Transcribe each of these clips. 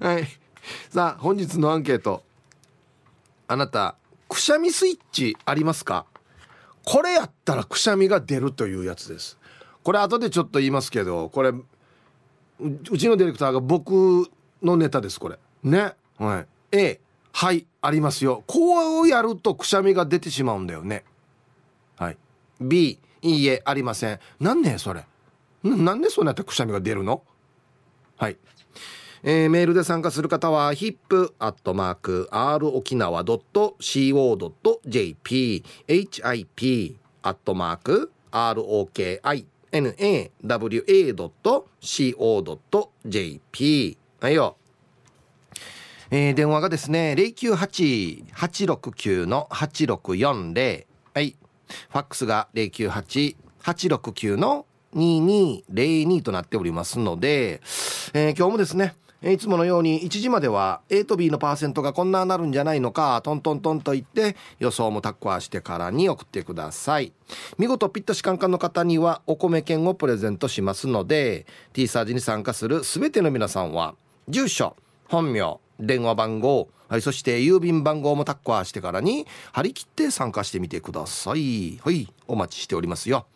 はい。さあ本日のアンケート、あなたくしゃみスイッチありますか？これやったらくしゃみが出るというやつです。これ後でちょっと言いますけど、これうちのディレクターが僕のネタですこれね。はい。A、はいありますよ。こうやるとくしゃみが出てしまうんだよね。はい。B、いいえありません。なんでそれ、なんでそうなってくしゃみが出るの？はい。メールで参加する方は hip@rokinawa.co.jp hip@rokinawa.co.jp はいよ。電話がですね 098-869-8640、 はい。ファックスが 098-869-2202 となっておりますので、今日もですねいつものように1時までは A と B のパーセントがこんななるんじゃないのかトントントンと言って予想もタッコアしてからに送ってください。見事ピッタシカンカンの方にはお米券をプレゼントしますので、 T サージに参加するすべての皆さんは住所、本名、電話番号、はい、そして郵便番号もタッコアしてからに張り切って参加してみてください。はい、お待ちしておりますよ。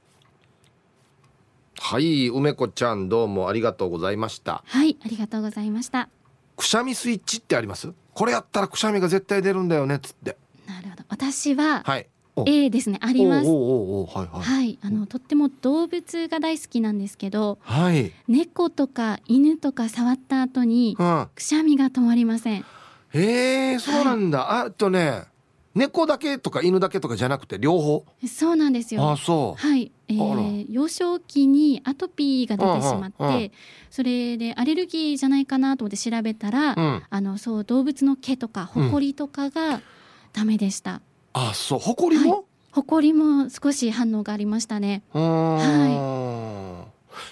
はい、梅子ちゃんどうもありがとうございました。 はい、ありがとうございました。 くしゃみスイッチってあります？これやったらくしゃみが絶対出るんだよねっつって。 なるほど。私は、 はい、 A ですね。あります。 はいはい、 はい、とっても動物が大好きなんですけど、 はい、 猫とか犬とか触った後に、くしゃみが止まりません。 へえ、そうなんだ。はい、猫だけとか犬だけとかじゃなくて両方？ そうなんですよ。 あ、そう。 はい、幼少期にアトピーが出てしまって、それでアレルギーじゃないかなと思って調べたら、そう動物の毛とかホコリとかがダメでした。 あ、そう、ホコリも？はい、 ホコリも少し反応がありましたね。 はい。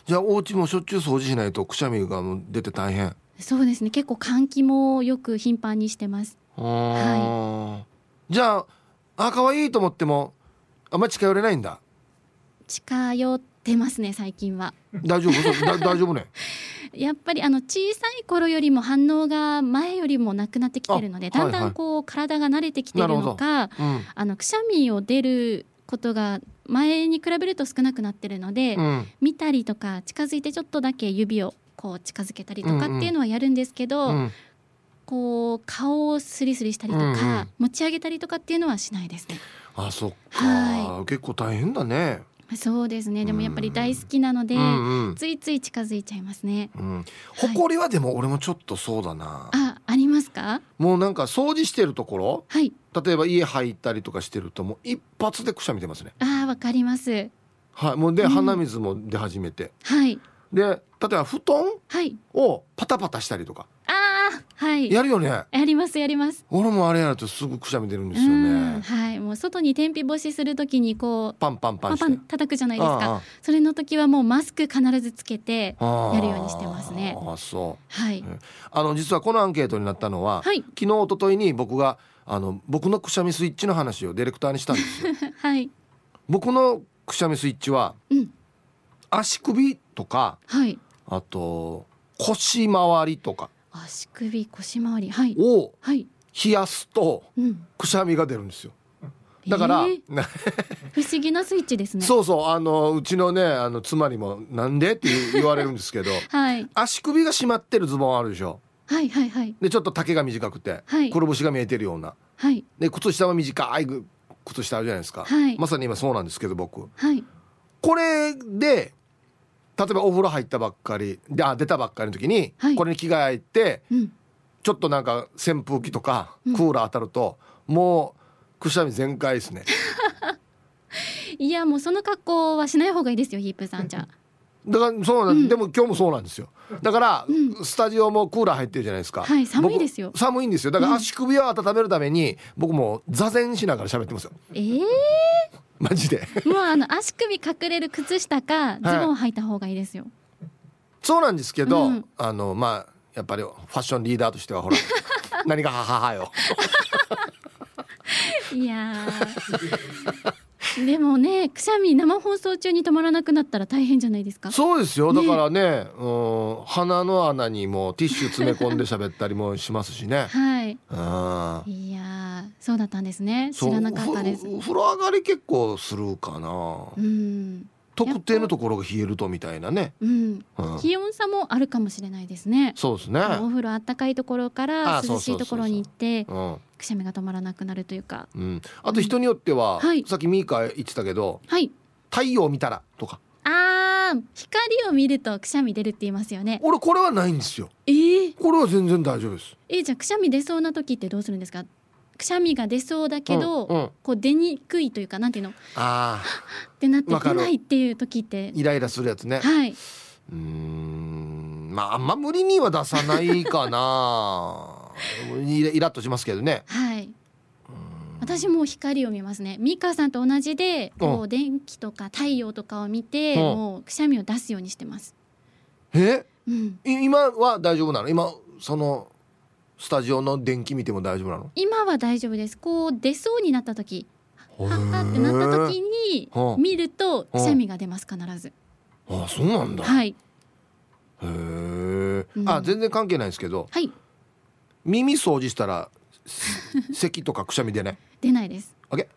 じゃあお家もしょっちゅう掃除しないとくしゃみが出て大変？ そうですね。結構換気もよく頻繁にしてます。 はい。じゃあ可愛いと思ってもあんまり近寄れないんだ。 近寄ってますね最近は。 大丈夫？大丈夫ね。 やっぱり小さい頃よりも反応が前よりもなくなってきてるので、だんだんこう体が慣れてきてるのか、くしゃみを出ることが前に比べると少なくなってるので、見たりとか近づいてちょっとだけ指をこう近づけたりとかっていうのはやるんですけど、こう顔をスリスリしたりとか、持ち上げたりとかっていうのはしないですね。 あ、そっか、結構大変だね。 そうですね。でもやっぱり大好きなので、ついつい近づいちゃいますね。 ほこりはでも俺もちょっとそうだな。 ありますか？ もうなんか掃除してるところ、 はい、 例えば家入ったりとかしてるともう一発でくしゃみ出ますね。 わかります。 はい、もうで、鼻水も出始めて、 はい、 で例えば布団をパタパタしたりとか、 はい、 やるよね。 やります。 俺もあれやるとすぐくしゃみ出るんですよね。 はい、もう外に天日干しするときにこうパンパンして叩くじゃないですか。それの時はもうマスク必ずつけてやるようにしてますね。 そう。 はい。 実はこのアンケートになったのは、昨日一昨日に僕が僕のくしゃみスイッチの話をディレクターにしたんですよ。 はい。 僕のくしゃみスイッチは、足首とか、あと腰回りとか、 足首腰回り、 を冷やすとくしゃみが出るんですよ。だから、 不思議なスイッチですね。 そううちのね妻にもなんでって言われるんですけど、足首が締まってるズボンあるでしょ。でちょっと丈が短くて、くるぶしが見えてるような、で靴下は短い靴下あるじゃないですか。まさに今そうなんですけど僕、これで例えばお風呂入ったばっかりで出たばっかりの時に、これに着替えて、ちょっとなんか扇風機とかクーラー当たると、もうくしゃみ全開ですね。 いやもうその格好はしない方がいいですよヒープさん。じゃだからそうなん、でも今日もそうなんですよ。だから、スタジオもクーラー入ってるじゃないですか。 寒いですよ。 寒いんですよ。だから足首を温めるために、僕も座禅しながら喋ってますよ。マジで。 もう足首隠れる靴下かズボン履いた方がいいですよ。 そうなんですけど、まあやっぱりファッションリーダーとしてはほら何がはははよ。 いやでもね、くしゃみ生放送中に止まらなくなったら大変じゃないですか。 そうですよ。だからね、鼻の穴にもティッシュ詰め込んで喋ったりもしますしね。 はい。 あいやそうだったんですね。知らなかったです。 風呂上がり結構するかな。特定のところが冷えるとみたいなね。 気温差もあるかもしれないですね。 そうですね。 お風呂あったかいところから涼しいところに行ってくしゃみが止まらなくなるというか。 あと人によっては、さっきミーカ言ってたけど、太陽を見たらとか。 光を見るとくしゃみ出るって言いますよね。 俺これはないんですよ。これは全然大丈夫です。 じゃあくしゃみ出そうな時ってどうするんですか。くしゃみが出そうだけど、こう出にくいというか、なんていうの、ってなって出ないっていう時ってイライラするやつね。 はい。 まああんま無理には出さないかな。イラッとしますけどね。 はい。私も光を見ますね。ミカさんと同じで、こう電気とか太陽とかを見て、もうくしゃみを出すようにしてます。 今は大丈夫なの？今そのスタジオの電気見ても大丈夫なの？今は大丈夫です。こう出そうになった時、はっってなった時に見るとくしゃみが出ます、必ず。 そうなんだ。 はい。 全然関係ないですけど、耳掃除したら咳とかくしゃみ出ない？ 出ないです。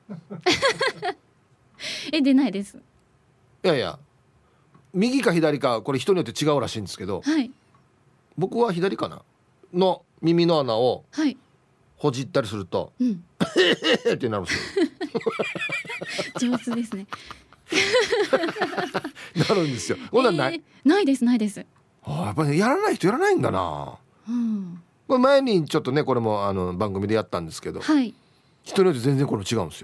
出ないです。 いやいや、右か左かこれ人によって違うらしいんですけど、僕は左かなの耳の穴をほじったりするとってなるんですよ。上手ですね。 なるんですよ。こんなんない？ ないです、ないです。 やっぱりやらない人やらないんだな。これ前にちょっとね、これも番組でやったんですけど、人によって全然これ違うんですよ。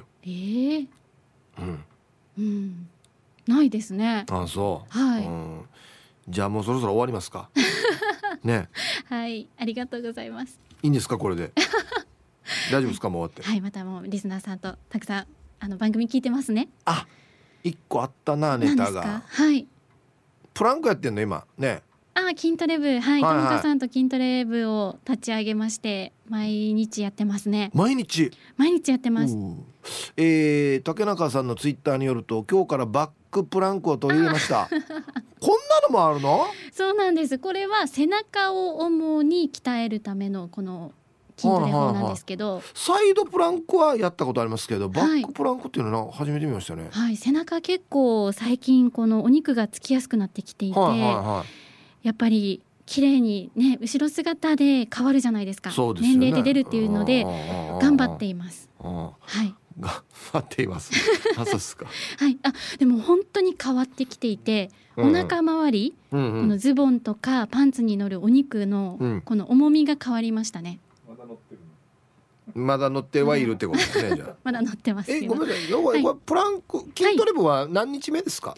ないですね。 そう。じゃあもうそろそろ終わりますか。ね。 はい、ありがとうございます。 いいんですかこれで？大丈夫ですかもう終わって。 はい、またもうリスナーさんとたくさん番組聞いてますね。 一個あったな、ネタが。プランクやってんの今ね。 筋トレ部、ともかさんと筋トレ部を立ち上げまして、毎日やってますね。毎日やってます。 竹中さんのツイッターによると、今日からバックプランクを取り入れました。こんなのもあるの？そうなんです。これは背中を主に鍛えるためのこの筋トレ法なんですけど、サイドプランクはやったことありますけど、バックプランクっていうのは初めて見ましたね。 背中結構最近このお肉がつきやすくなってきていて、やっぱり綺麗にね、後ろ姿で変わるじゃないですか。年齢で出るっていうので頑張っています。頑張っています。そうですか。でも本当に変わってきていて、お腹周り、このズボンとかパンツに乗るお肉のこの重みが変わりましたね。 まだ乗ってはいるってことですね。じゃあまだ乗ってますけど。 ごめんなさい。これプランク筋トレ部は何日目ですか？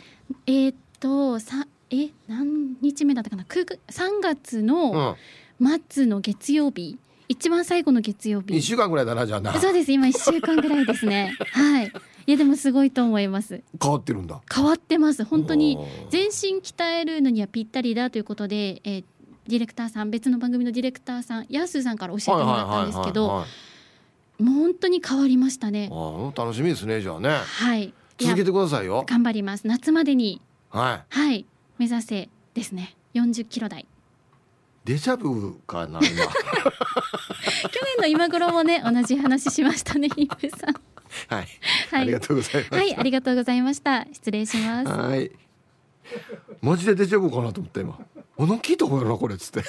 何日目だったかな。3月の末の月曜日、一番最後の月曜日。 1週間ぐらいだな、じゃあな。 そうです、今1週間ぐらいですね。いやでもすごいと思います。 変わってるんだ。 変わってます。本当に全身鍛えるのにはぴったりだということで、ディレクターさん、別の番組のディレクターさん、ヤースーさんから教えてもらったんですけど、もう本当に変わりましたね。 楽しみですね、じゃあね。続けてくださいよ。 頑張ります。夏までに目指せですね。40キロ台。 デジャブかな。今去年の今頃もね、同じ話しましたね、ヒップさん。 ありがとうございました。 ありがとうございました。失礼します。 マジでデジャブかなと思った今。何聞いた方がなこれっつって。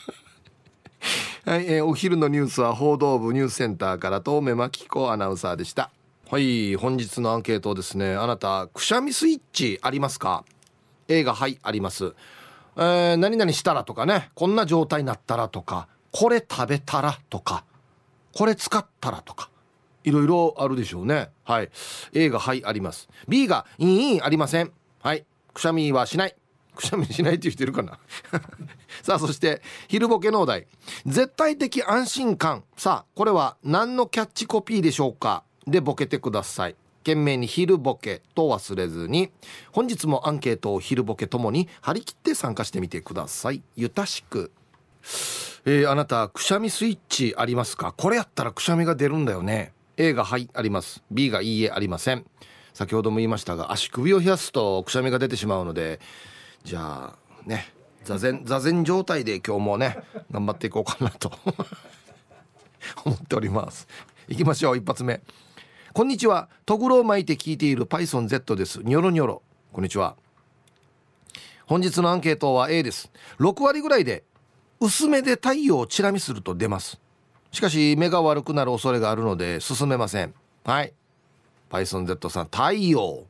お昼のニュースは報道部ニュースセンターから遠目真紀子アナウンサーでした。本日のアンケートですね。あなたくしゃみスイッチありますか？Aがあります。何々したらとかね、こんな状態になったらとか、これ食べたらとか、これ使ったらとか、いろいろあるでしょうね。Aがあります。 B がありません。くしゃみはしない。くしゃみしないっていう人いるかな。さあ、そして昼ボケのお題、絶対的安心感。さあ、これは何のキャッチコピーでしょうか？でボケてください。懸命に昼ボケと忘れずに、本日もアンケートを昼ボケともに張り切って参加してみてください。ゆたしく。あなたくしゃみスイッチありますか？これやったらくしゃみが出るんだよね。 A があります。 B がいいえありません。 先ほども言いましたが、足首を冷やすとくしゃみが出てしまうので、じゃあね、座禅状態で今日もね頑張っていこうかなと思っております。いきましょう。一発目、こんにちは、とぐろを巻いて聞いている PythonZ です。ニョロニョロ。こんにちは。本日のアンケートは A です。6割ぐらいで薄めで太陽をチラ見すると出ます。しかし目が悪くなる恐れがあるので進めません。はい、 PythonZ さん、太陽、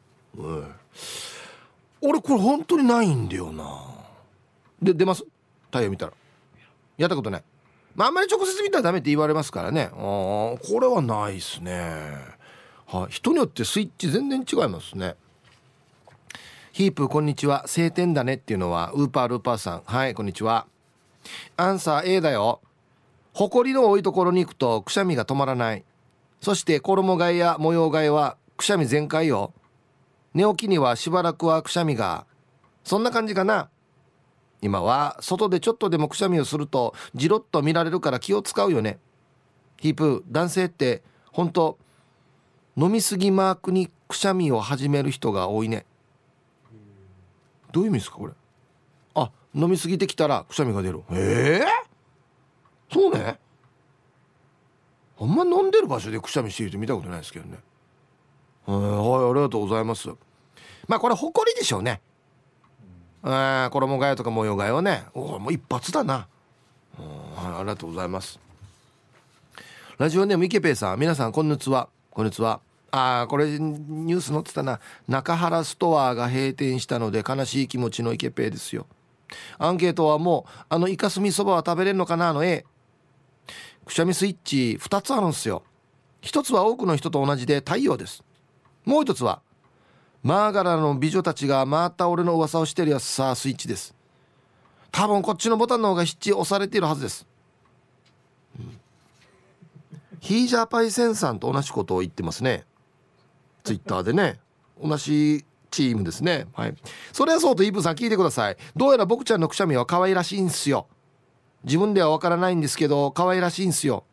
俺これ本当にないんだよな。で出ます？太陽見たら。やったことない。まああんまり直接見たらダメって言われますからね。これはないですね。はい、人によってスイッチ全然違いますね。ヒープこんにちは。晴天だねっていうのはウーパールーパーさん。はい、こんにちは。アンサー A だよ。ほこりの多いところに行くとくしゃみが止まらない。そして衣替えや模様替えはくしゃみ全開よ。寝起きにはしばらくはくしゃみが、そんな感じかな。今は外でちょっとでもくしゃみをするとじろっと見られるから気を使うよね。ヒープ、男性って本当飲みすぎマークにくしゃみを始める人が多いね。どういう意味ですかこれ。あ、飲みすぎてきたらくしゃみが出る。そうね。あんま飲んでる場所でくしゃみしている人見たことないですけどね。はい、ありがとうございます。まあこれほこりでしょうね。衣替えとか模様替えはね、もう一発だな。はい、ありがとうございます。ラジオネームイケペイさん、皆さんこんにちは。こんにちは。これニュース載ってたな。中原ストアが閉店したので悲しい気持ちのイケペイですよ。アンケートはもうイカスミそばは食べれるのかなの A。 くしゃみスイッチ2つあるんですよ。1つは多くの人と同じで太陽です。もう1つはマーガラの美女たちがまた俺の噂をしてるやつさ、スイッチです。多分こっちのボタンの方が7押されているはずです。ヒージャーパイセンさんと同じことを言ってますね、ツイッターでね。同じチームですね。はい、それはそうとイブさん聞いてください。どうやら僕ちゃんのくしゃみは可愛らしいんすよ。自分ではわからないんですけど可愛らしいんすよ。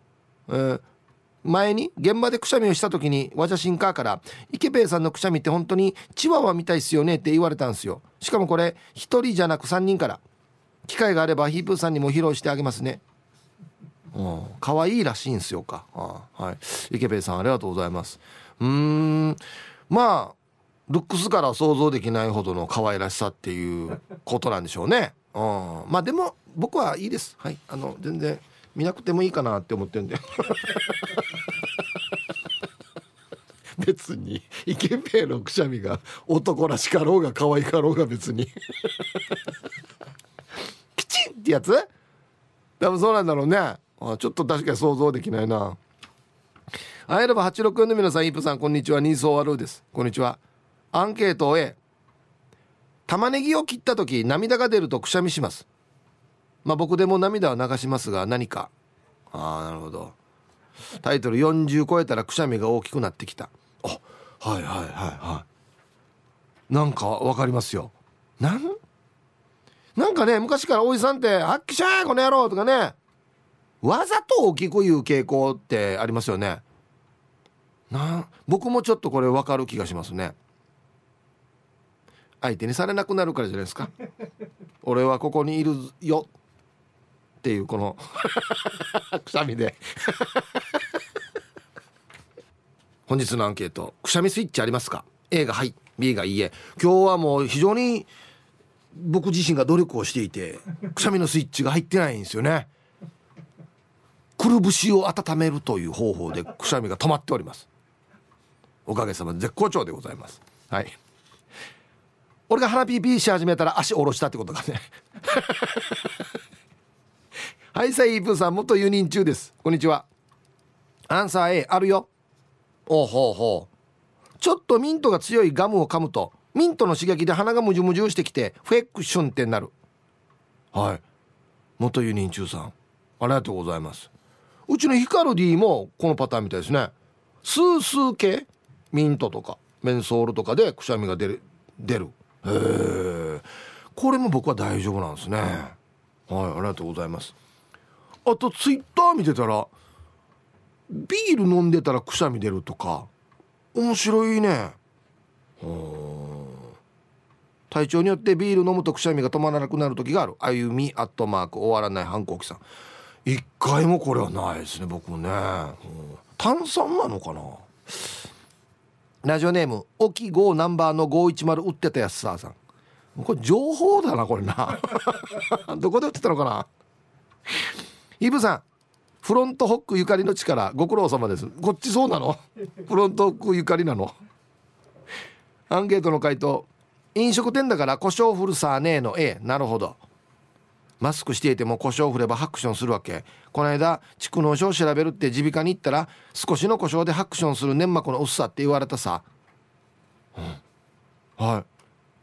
前に現場でくしゃみをした時にワジャシンカーから池ペイさんのくしゃみって本当にチワワみたいっすよねって言われたんですよ。しかもこれ1人じゃなく3人から。機会があればヒープーさんにも披露してあげますね。可愛いらしいんすよか。はい、池ペイさんありがとうございます。まあルックスから想像できないほどの可愛らしさっていうことなんでしょうね。まあでも僕はいいです。はい、全然見なくてもいいかなって思ってるんで別にイケペイのくしゃみが男らしかろうが可愛かろうが別にキチンってやつ多分そうなんだろうね。ちょっと確かに想像できないな。アイラブ864の皆さん、イープさんこんにちは。ニーソーワルーです。こんにちは。アンケートを A。 玉ねぎを切った時涙が出るとくしゃみします。まあ僕でも涙は流しますが何か。なるほど。タイトル40超えたらくしゃみが大きくなってきた。なんかわかりますよ。なんかね、昔からおじさんってあっきしゃーこの野郎とかね、わざと大きく言う傾向ってありますよね。僕もちょっとこれわかる気がしますね。相手にされなくなるからじゃないですか俺はここにいるよっていうこのくしゃみで本日のアンケート、くしゃみスイッチありますか？ A がはい、 B がいいえ。今日はもう非常に僕自身が努力をしていてくしゃみのスイッチが入ってないんですよね。くるぶしを温めるという方法でくしゃみが止まっております。おかげさまで絶好調でございます。はい、俺が鼻ピーピーし始めたら足下ろしたってことかねはいさい、イープーさん元輸入中です。こんにちは。アンサー A あるよ。ほうちょっとミントが強いガムを噛むとミントの刺激で鼻がムジュムジュしてきてフェックシュンってなる。はい、元輸入中さんありがとうございます。うちのヒカルディもこのパターンみたいですね。スースー系ミントとかメンソールとかでくしゃみが出る。これも僕は大丈夫なんですね。はい、ありがとうございます。あとツイッター見てたらビール飲んでたらくしゃみ出るとか面白いね。体調によってビール飲むとくしゃみが止まらなくなる時がある。あゆみアットマーク終わらない反抗期さん。一回もこれはないですね僕もね。炭酸なのかな。ラジオネームオキ5ナンバーの510売ってたやつさん。これ情報だなこれなどこで売ってたのかな。イブさん、フロントホックゆかりの力ご苦労様です。こっちそうなのフロントホックゆかりなの。アンケートの回答、飲食店だから胡椒振るさねえの A。 なるほど。マスクしていても胡椒振ればハクションするわけ。この間蓄膿症を調べるって耳鼻科に行ったら少しの胡椒でハクションする粘膜の薄さって言われたさ、はい。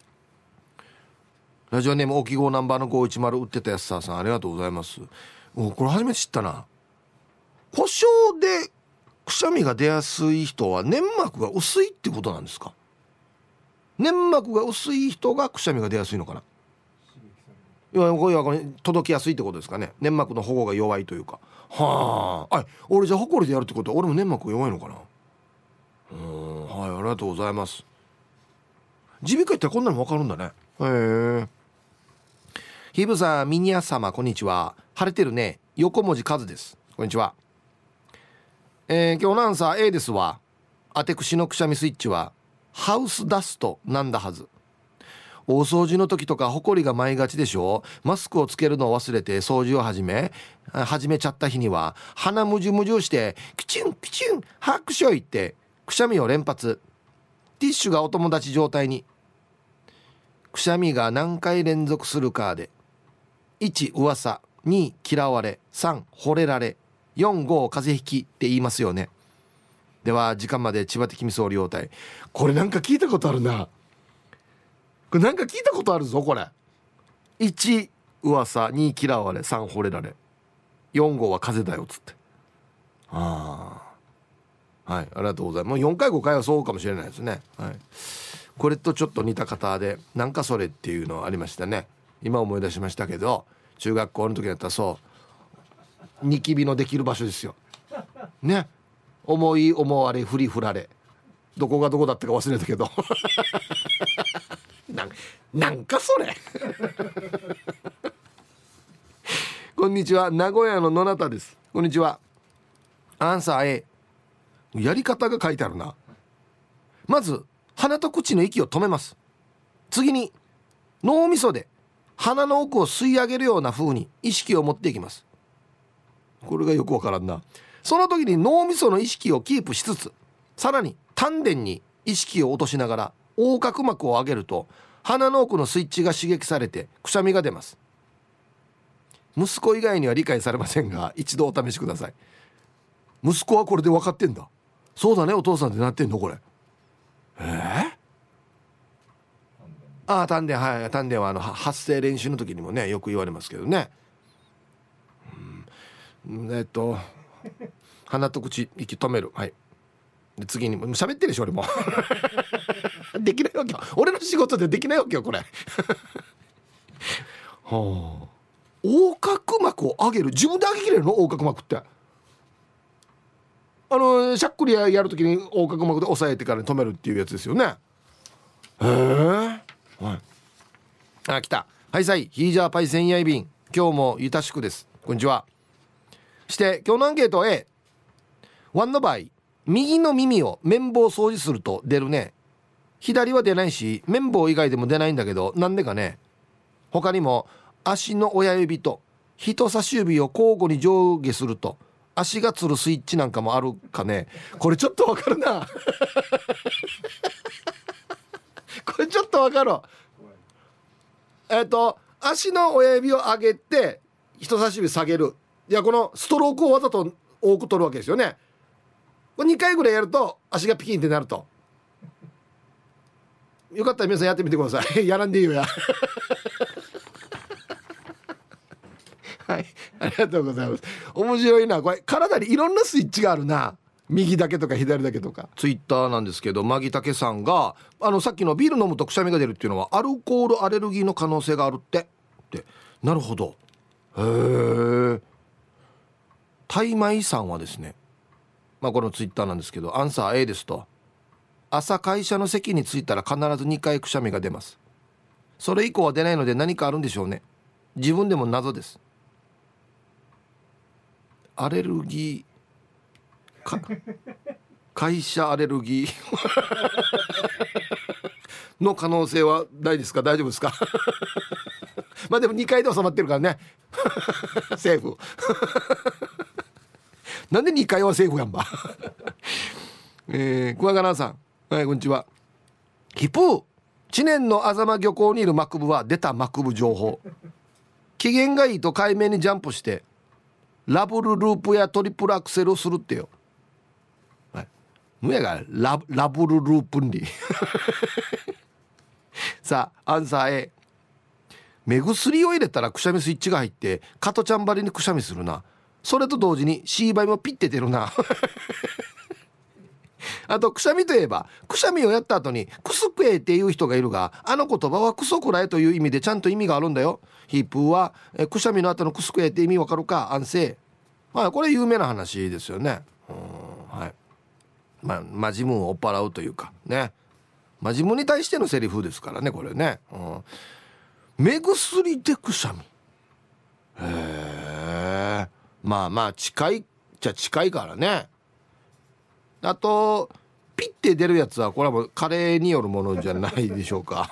ラジオネーム大きい号ナンバーの510売ってたやつさん、ありがとうございます。これ初めて知ったな。胡椒でくしゃみが出やすい人は粘膜が薄いってことなんですか。粘膜が薄い人がくしゃみが出やすいのかな。これ届きやすいってことですかね。粘膜の保護が弱いというか。はあ、俺じゃあホコリでやるってことは俺も粘膜が弱いのかな。はい、ありがとうございます。耳鼻科行ったらこんなの分かるんだね。へえ。ヒブさん、ミニア様こんにちは。晴れてるね。横文字数です。こんにちは。今日のアンサー A ですわ。あてくしのくしゃみスイッチはハウスダストなんだはず。大掃除の時とかホコリが舞いがちでしょ。マスクをつけるのを忘れて掃除を始めちゃった日には鼻むじゅむじゅしてキチュンキチュン拍手を言ってくしゃみを連発。ティッシュがお友達状態に。くしゃみが何回連続するかで1噂、2嫌われ、3惚れられ、4 5風邪ひきって言いますよね。では時間まで千葉的味噌両体。これなんか聞いたことあるな。これなんか聞いたことあるぞこれ。1噂、2嫌われ、3惚れられ、4 5は風邪だよっつって。はい、ありがとうございます。もう4回5回はそうかもしれないですね。はい、これとちょっと似た方でなんかそれっていうのありましたね。今思い出しましたけど、中学校の時だったらそうニキビのできる場所ですよね。思い思われ振り振られ、どこがどこだったか忘れたけどなんかそれこんにちは、名古屋の野中です。こんにちは。アンサー A。 やり方が書いてあるな。まず鼻と口の息を止めます。次に脳みそで鼻の奥を吸い上げるような風に意識を持っていきます。これがよくわからんな。その時に脳みその意識をキープしつつ、さらに丹田に意識を落としながら横隔膜を上げると鼻の奥のスイッチが刺激されてくしゃみが出ます。息子以外には理解されませんが一度お試しください。息子はこれで分かってんだ。そうだねお父さんってなってんのこれ。丹田、はい、丹田は発声練習の時にもねよく言われますけどね。鼻と口息止める。はい。で次に喋ってるでしょ俺もできないわけよ、俺の仕事でできないわけよこれはあ、横隔膜を上げる。自分で上げきれるの横隔膜って。しゃっくりやるときに横隔膜で押さえてから止めるっていうやつですよね。へえ、はい。来た。はいさいヒージャーパイセンヤイビン、今日もゆたしくです。こんにちは。して今日のアンケート A。 1の場合右の耳を綿棒掃除すると出るね。左は出ないし綿棒以外でも出ないんだけどなんでかね。他にも足の親指と人差し指を交互に上下すると足がつるスイッチなんかもあるかね。これちょっとわかるなこれちょっとわかる。足の親指を上げて人差し指下げる。いやこのストロークをわざと多く取るわけですよね。これ2回ぐらいやると足がピキンってなると。よかったら皆さんやってみてくださいやらんでいいよやはい、ありがとうございます。面白いなこれ。体にいろんなスイッチがあるな。右だけとか左だけとか。ツイッターなんですけどマギタケさんがさっきのビール飲むとくしゃみが出るっていうのはアルコールアレルギーの可能性があるってなるほど。へえ。タイマイさんはですね、このツイッターなんですけどアンサー A ですと。 朝会社の席に着いたら必ず2回くしゃみが出ます。それ以降は出ないので何かあるんでしょうね。自分でも謎です。アレルギー会社アレルギーの可能性は大ですか？大丈夫ですか？まあでも2回で収まってるからねセーフなんで2回はセーフやんばクワガナさん、はい、こんにちは。ヒプー知念のあざま漁港にいるマクブは出たマクブ情報。機嫌がいいと海面にジャンプしてラブルループやトリプルアクセルをするってよ。はい、むやがラブルループにさあアンサー A。 目薬を入れたらくしゃみスイッチが入って加トちゃんばりにくしゃみするな。それと同時に C 倍もピッて出るなあとくしゃみといえばくしゃみをやった後にクスクエっていう人がいるが、あの言葉はクソくらえという意味でちゃんと意味があるんだよ。ヒープーはくしゃみの後のクスクエって意味わかるか？安静。はい、これ有名な話ですよね。はい、マジムを追っ払うというかね、マジムに対してのセリフですからねこれね。目薬でくしゃみ、へえ、まあまあ近いじゃ近いからね。あとピッて出るやつはこれはもう加齢によるものじゃないでしょうか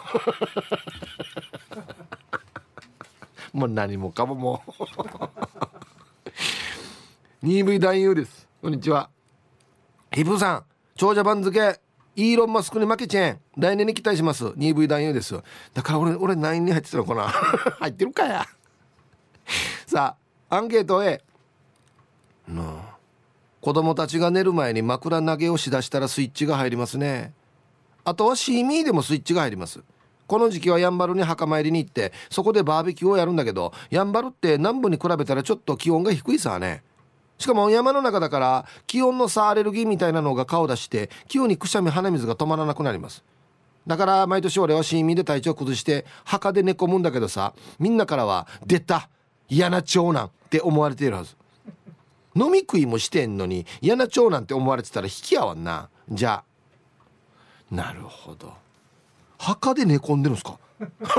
もう何もかももう2V 男優です。こんにちは。ヒプさん長者番付イーロンマスクに負けちゃん来年に期待します。 2V 男優です。だから俺何に入ってたのかな入ってるかやさあアンケート A。 子供たちが寝る前に枕投げをしだしたらスイッチが入りますね。あとはシーミーでもスイッチが入ります。この時期はやんばるに墓参りに行ってそこでバーベキューをやるんだけど、やんばるって南部に比べたらちょっと気温が低いさね。しかも山の中だから気温の差アレルギーみたいなのが顔出して急にくしゃみ鼻水が止まらなくなります。だから毎年俺はシーミーで体調崩して墓で寝込むんだけどさ、みんなからは出た嫌な長男って思われているはず。飲み食いもしてんのに嫌な長男って思われてたら引き合わんな。じゃあなるほど、墓で寝込んでるんですか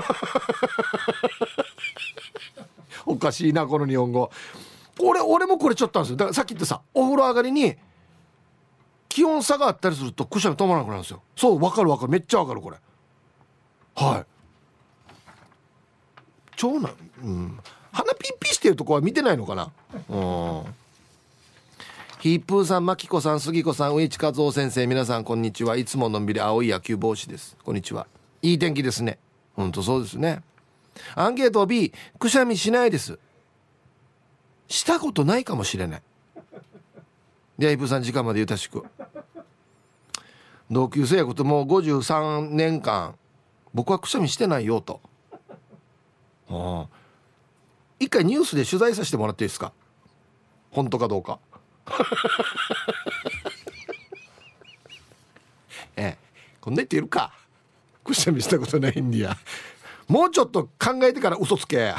おかしいなこの日本語。俺もこれちょっとあるんですよ。だからさっき言ってさお風呂上がりに気温差があったりするとくしゃみ止まらなくなるんですよ。そうわかるめっちゃわかるこれ。はい、長男、鼻ピッピしてるとこは見てないのかな。ヒープーさん、マキコさん、杉子さん、上地和夫先生、皆さんこんにちは。いつものんびり青い野球帽子です。こんにちは。いい天気ですね。ほんとそうですね。アンケート B、 くしゃみしないです。したことないかもしれない。ではヒープーさん時間までゆたしく。同級生やこともう53年間僕はくしゃみしてないよと。一回ニュースで取材させてもらっていいですか、本当かどうかこんな言っているか、くしゃみしたことないんだや。もうちょっと考えてから嘘つけ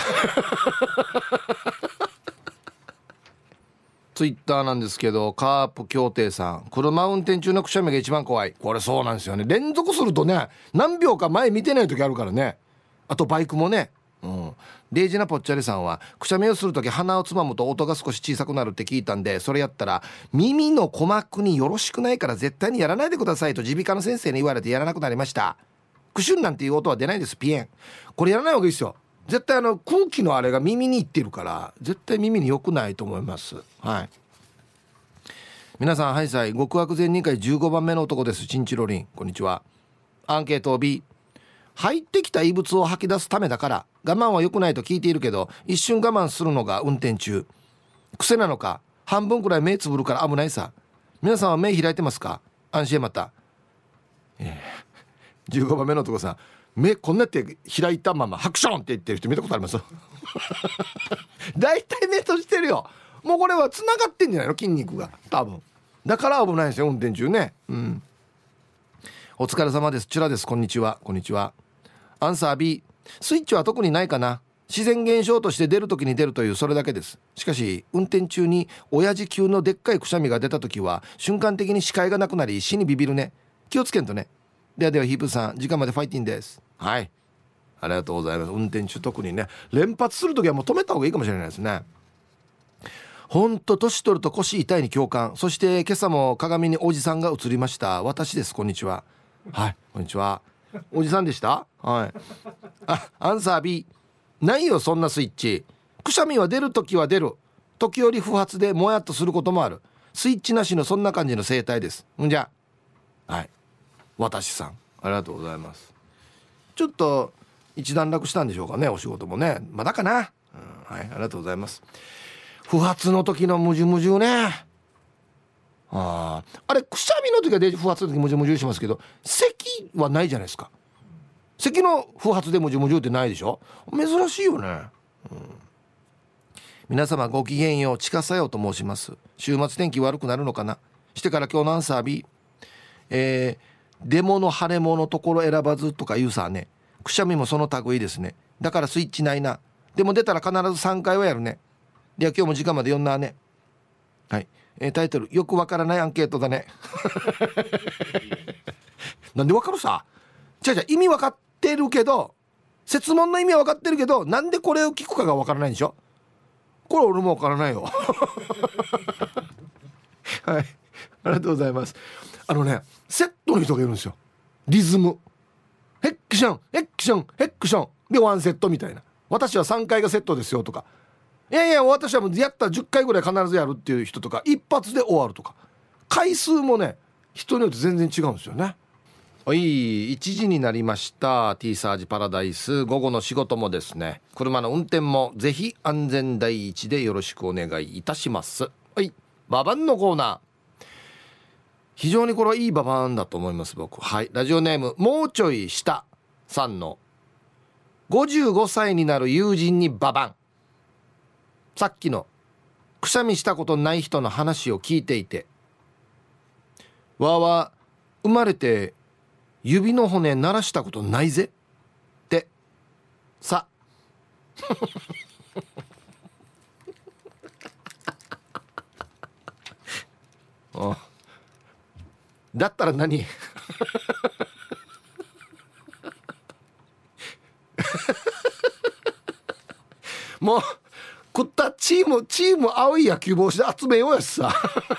ツイッターなんですけど、カープ協定さん、車運転中のくしゃみが一番怖い。これそうなんですよね。連続するとね何秒か前見てない時あるからね。あとバイクもね。デイジナポッチャリさんはくしゃみをするとき鼻をつまむと音が少し小さくなるって聞いたんで、それやったら耳の鼓膜によろしくないから絶対にやらないでくださいと耳鼻科の先生に言われてやらなくなりました。クシュンなんていう音は出ないです。ピエン、これやらない方がいいですよ。絶対空気のあれが耳にいってるから絶対耳に良くないと思います。はい、皆さんハイサイ、極悪善人会15番目の男です。チンチロリン、こんにちは。アンケート B、入ってきた異物を吐き出すためだから我慢は良くないと聞いているけど、一瞬我慢するのが運転中。癖なのか半分くらい目つぶるから危ないさ。皆さんは目開いてますか？安心また、15番目の男さん、目こんなって開いたままハクションって言ってる人見たことありますだいたい目閉じてるよ。もうこれはつながってんじゃないの、筋肉が多分。だから危ないですよ運転中ね。お疲れ様です。チュラです。こんにちは。こんにちは。アンサー B、 スイッチは特にないかな。自然現象として出るときに出るというそれだけです。しかし運転中に親父級のでっかいくしゃみが出たときは瞬間的に視界がなくなり死にビビるね。 気をつけんとね。ではではヒープさん、時間までファイティンです。はい、ありがとうございます。運転中特にね、連発するときはもう止めた方がいいかもしれないですね。ほんと年取ると腰痛いに共感。そして今朝も鏡におじさんが映りました。私です。こんにちは。はい、こんにちは。おじさんでした。はい。アンサー B。 ないよそんなスイッチ。くしゃみは出るときは出る。時折不発でもやっとすることもある。スイッチなしのそんな感じの生態です。んじゃ、はい、私さんありがとうございます。ちょっと一段落したんでしょうかね、お仕事もね。まだかな、はい、ありがとうございます。不発の時のムジュムジュね。あれくしゃみの時は不発の時ムジュムジュしますけど、咳はないじゃないですか。咳の不発でムジュムジュってないでしょ。珍しいよね、皆様ごきげんよう、ちかさよと申します。週末天気悪くなるのかな。してから今日のアンサー B。 デモの晴れものところ選ばずとか言うさね。くしゃみもその類ですね。だからスイッチないな。でも出たら必ず3回はやるね。では今日も時間まで読んだね。はい、タイトルよくわからないアンケートだね。なんでわかるさ。じゃ意味わかってるけど、設問の意味はわかってるけど、なんでこれを聞くかがわからないんでしょ。これ俺もわからないよ。はい、ありがとうございます。セットの人がいるんですよ。リズムヘックションヘックションヘックションでワンセットみたいな。私は3回がセットですよとか、いやいや私はもうやったら10回ぐらい必ずやるっていう人とか、一発で終わるとか、回数もね人によって全然違うんですよね。はい、1時になりました。 T サージパラダイス、午後の仕事もですね、車の運転もぜひ安全第一でよろしくお願いいたします。はい、ババンのコーナー。非常にこれはいいババンだと思います僕。はい、ラジオネームもうちょい下さんの55歳になる友人にババン。さっきのくしゃみしたことない人の話を聞いていて、わーは生まれて指の骨鳴らしたことないぜってさ。だったら何。もう食ったチーム青い野球帽子で集めようやつさ。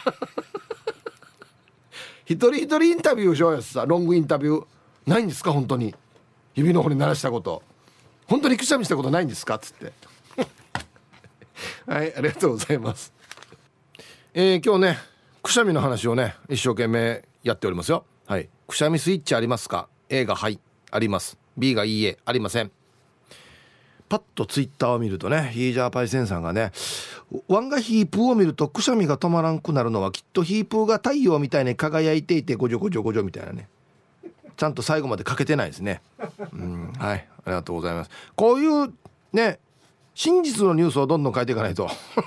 一人一人インタビューしようやつさ。ロングインタビューないんですか。本当に指の骨鳴らしたこと、本当にくしゃみしたことないんですかっつって。はい、ありがとうございます。今日ねくしゃみの話をね一生懸命やっておりますよ。はい、くしゃみスイッチありますか。 A がはいあります。 B がいいえありません。パッとツイッターを見るとね、ヒージャーパイセンさんがね、ワンがヒープーを見るとくしゃみが止まらんくなるのはきっとヒープーが太陽みたいに輝いていてごじょごじょごじょみたいなね。ちゃんと最後までかけてないですね。はい、ありがとうございます。こういうね真実のニュースをどんどん書いていかないと。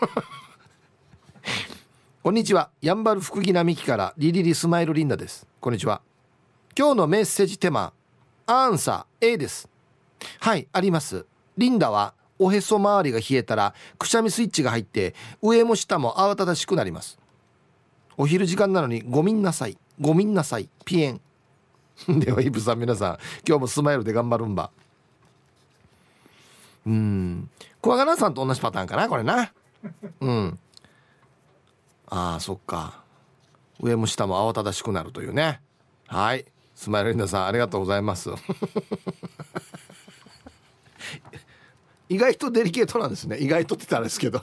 こんにちは、やんばる福木並木からリリリスマイルリンダです。こんにちは。今日のメッセージテーマアンサー A です。はい、あります。リンダはおへそ周りが冷えたらくしゃみスイッチが入って上も下も慌ただしくなります。お昼時間なのにごみんなさいごみんなさいピエン。ではイブさん、皆さん今日もスマイルで頑張るんば。クワガナさんと同じパターンかなこれな。あーそっか、上も下も慌ただしくなるというね。はい、スマイルリンダさんありがとうございます。意外とデリケートなんですね。意外とって言ったらあれですけど。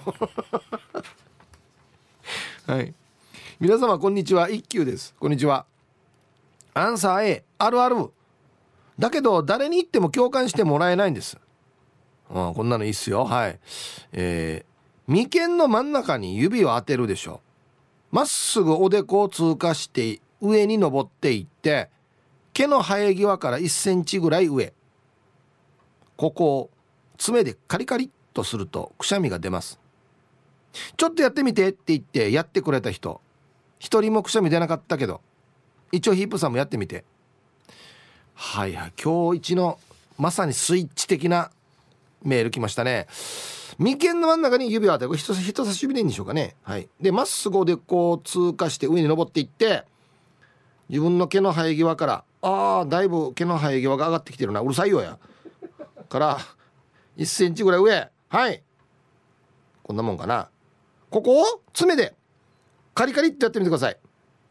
はい、皆様こんにちは、一休です。こんにちは。アンサー A、 あるあるだけど誰に言っても共感してもらえないんです。こんなのいいっすよ。はい、眉間の真ん中に指を当てるでしょ。まっすぐおでこを通過して上に登っていって毛の生え際から1センチぐらい上、ここを爪でカリカリっとするとくしゃみが出ます。ちょっとやってみてって言ってやってくれた人一人もくしゃみ出なかったけど、一応ヒープさんもやってみて。はいはい、今日一のまさにスイッチ的なメール来ましたね。眉間の真ん中に指を当てる、人差し指でいいんでしょうかね。はい、でまっすぐおでこを通過して上に登っていって自分の毛の生え際からだいぶ毛の生え際が上がってきてるな、うるさいよやから1センチぐらい上、はいこんなもんかな。ここを爪でカリカリってやってみてください。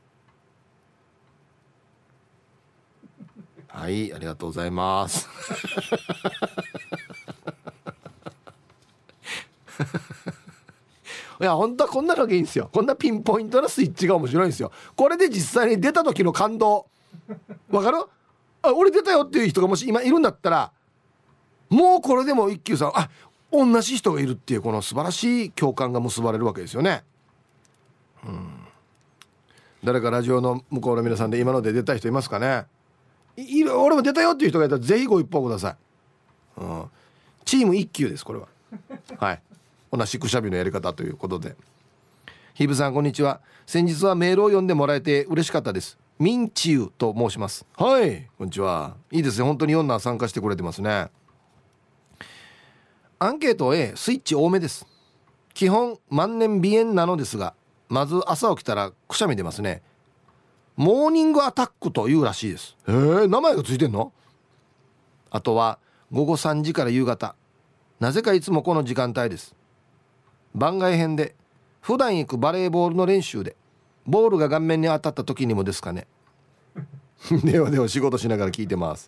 はいありがとうございますいや本当はこんなのがいいんですよ。こんなピンポイントなスイッチが面白いんですよ。これで実際に出た時の感動わかる？俺出たよっていう人がもし今いるんだったら、もうこれでも一休さん同じ人がいるっていうこの素晴らしい共感が結ばれるわけですよね。誰かラジオの向こうの皆さんで今ので出た人いますかね。俺も出たよっていう人がいたらぜひご一報ください。チーム一休ですこれははい同じくしゃみのやり方ということで。ひぶさんこんにちは。先日はメールを読んでもらえて嬉しかったです。ミンチユと申します。はいこんにちは。いいですね、本当に4参加してくれてますね。アンケート A スイッチ多めです。基本万年鼻炎なのですが、まず朝起きたらくしゃみ出ますね。モーニングアタックというらしいです。名前がついてんの？あとは午後3時から夕方、なぜかいつもこの時間帯です。番外編で普段行くバレーボールの練習でボールが顔面に当たった時にもですかねでは仕事しながら聞いてます。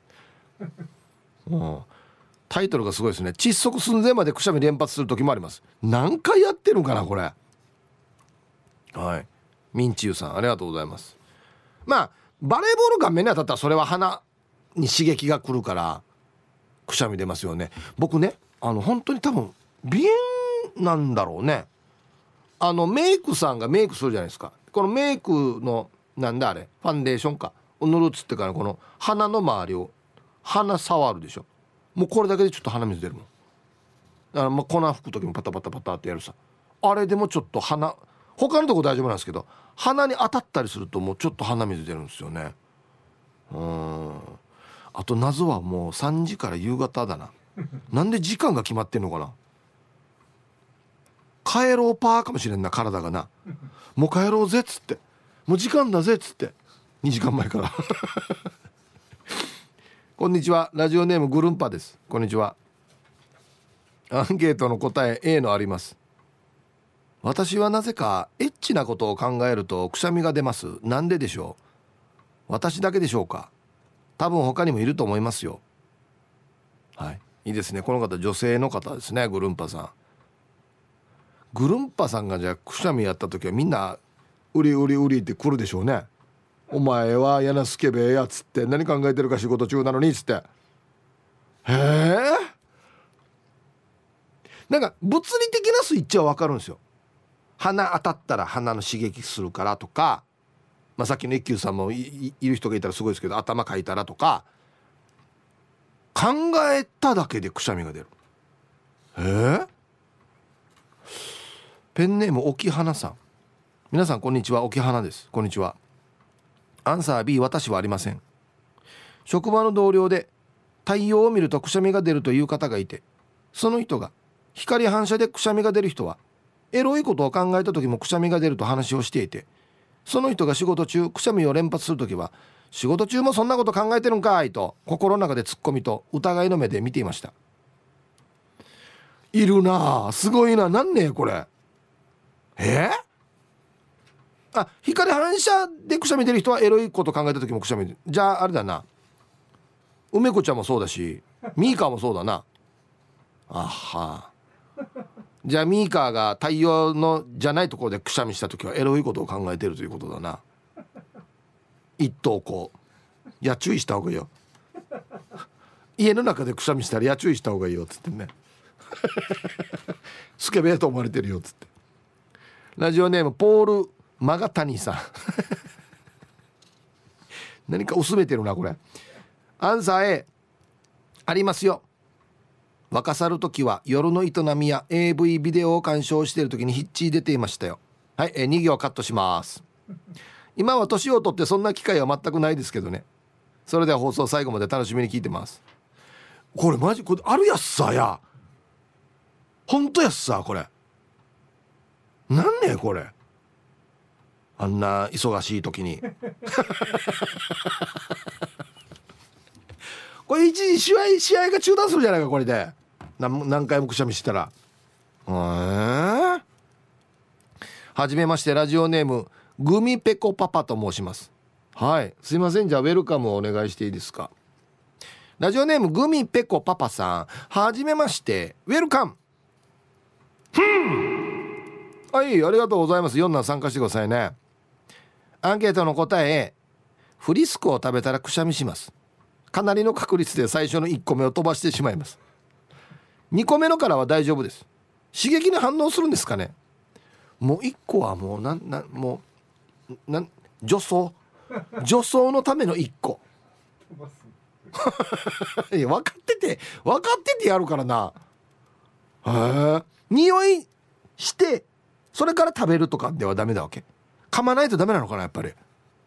タイトルがすごいですね。窒息寸前までくしゃみ連発する時もあります。何回やってるんかなこれ。はいミンチユさんありがとうございます。まあバレーボール顔面に当たったらそれは鼻に刺激が来るからくしゃみ出ますよね。僕ね本当に多分鼻炎なんだろうね。メイクさんがメイクするじゃないですか。このメイクのなんだあれファンデーションかを塗るっつってからこの鼻の周りを鼻触るでしょ。もうこれだけでちょっと鼻水出るもん。だからまあ粉吹く時もパタパタパタってやるさ。あれでもちょっと他のとこ大丈夫なんですけど鼻に当たったりするともうちょっと鼻水出るんですよね。あと謎はもう3時から夕方だななんで時間が決まってんのかな。帰ろうパーかもしれんな体がな。もう帰ろうぜっつってもう時間だぜっつって2時間前からこんにちは。ラジオネームグルンパです。こんにちは。アンケートの答え A のあります。私はなぜかエッチなことを考えるとくしゃみが出ます。なんででしょう。私だけでしょうか。多分他にもいると思いますよ。はいいいですね。この方女性の方ですね。グルンパさん。グルンパさんがじゃあくしゃみやった時はみんなウリウリウリって来るでしょうね。お前はやなすけべやつって何考えてるか仕事中なのにつって。なんか物理的なスイッチは分かるんですよ。鼻当たったら鼻の刺激するからとか、さっきの一休さんも いる人がいたらすごいですけど頭かいたらとか考えただけでくしゃみが出る。ペンネーム沖花さん。皆さんこんにちは。沖花です。こんにちは。アンサー B 私はありません。職場の同僚で太陽を見るとくしゃみが出るという方がいて、その人が光反射でくしゃみが出る人はエロいことを考えた時もくしゃみが出ると話をしていて、その人が仕事中くしゃみを連発する時は仕事中もそんなこと考えてるんかいと心の中でツッコミと疑いの目で見ていました。いるなあ、すごいな。なんねえこれ。光反射でくしゃみ出る人はエロいこと考えた時もくしゃみ出る。じゃああれだな、梅子ちゃんもそうだしミーカーもそうだな。じゃあミーカーが太陽のじゃないところでくしゃみした時はエロいことを考えてるということだな。一等こう注意した方がいいよ。家の中でくしゃみしたら注意した方がいいよっつってねスケベと思われてるよっつって。ラジオネームポールマガタニさん何か薄めてるなこれ。アンサー A ありますよ。若さる時は夜の営みや AV ビデオを鑑賞している時にヒッチー出ていましたよ。はい、2行カットします。今は年を取ってそんな機会は全くないですけどね。それでは放送最後まで楽しみに聞いてます。これマジこれあるやつさやほんとやつさこれなんねこれ。 あんな忙しい時にこれ一時試合が中断するじゃないかこれで何回もくしゃみしたら。はじめまして、ラジオネームグミペコパパと申します。はい、すいません、じゃあウェルカムをお願いしていいですか。ラジオネームグミペコパパさん、はじめまして、ウェルカム。はい、ありがとうございます。4男参加してくださいね。アンケートの答え、フリスクを食べたらくしゃみします。かなりの確率で最初の1個目を飛ばしてしまいます。2個目のからは大丈夫です。刺激に反応するんですかね。もう1個はもう助走のための1個いや分かっててやるからな。匂いしてそれから食べるとかではダメだわけ。噛まないとダメなのかなやっぱり。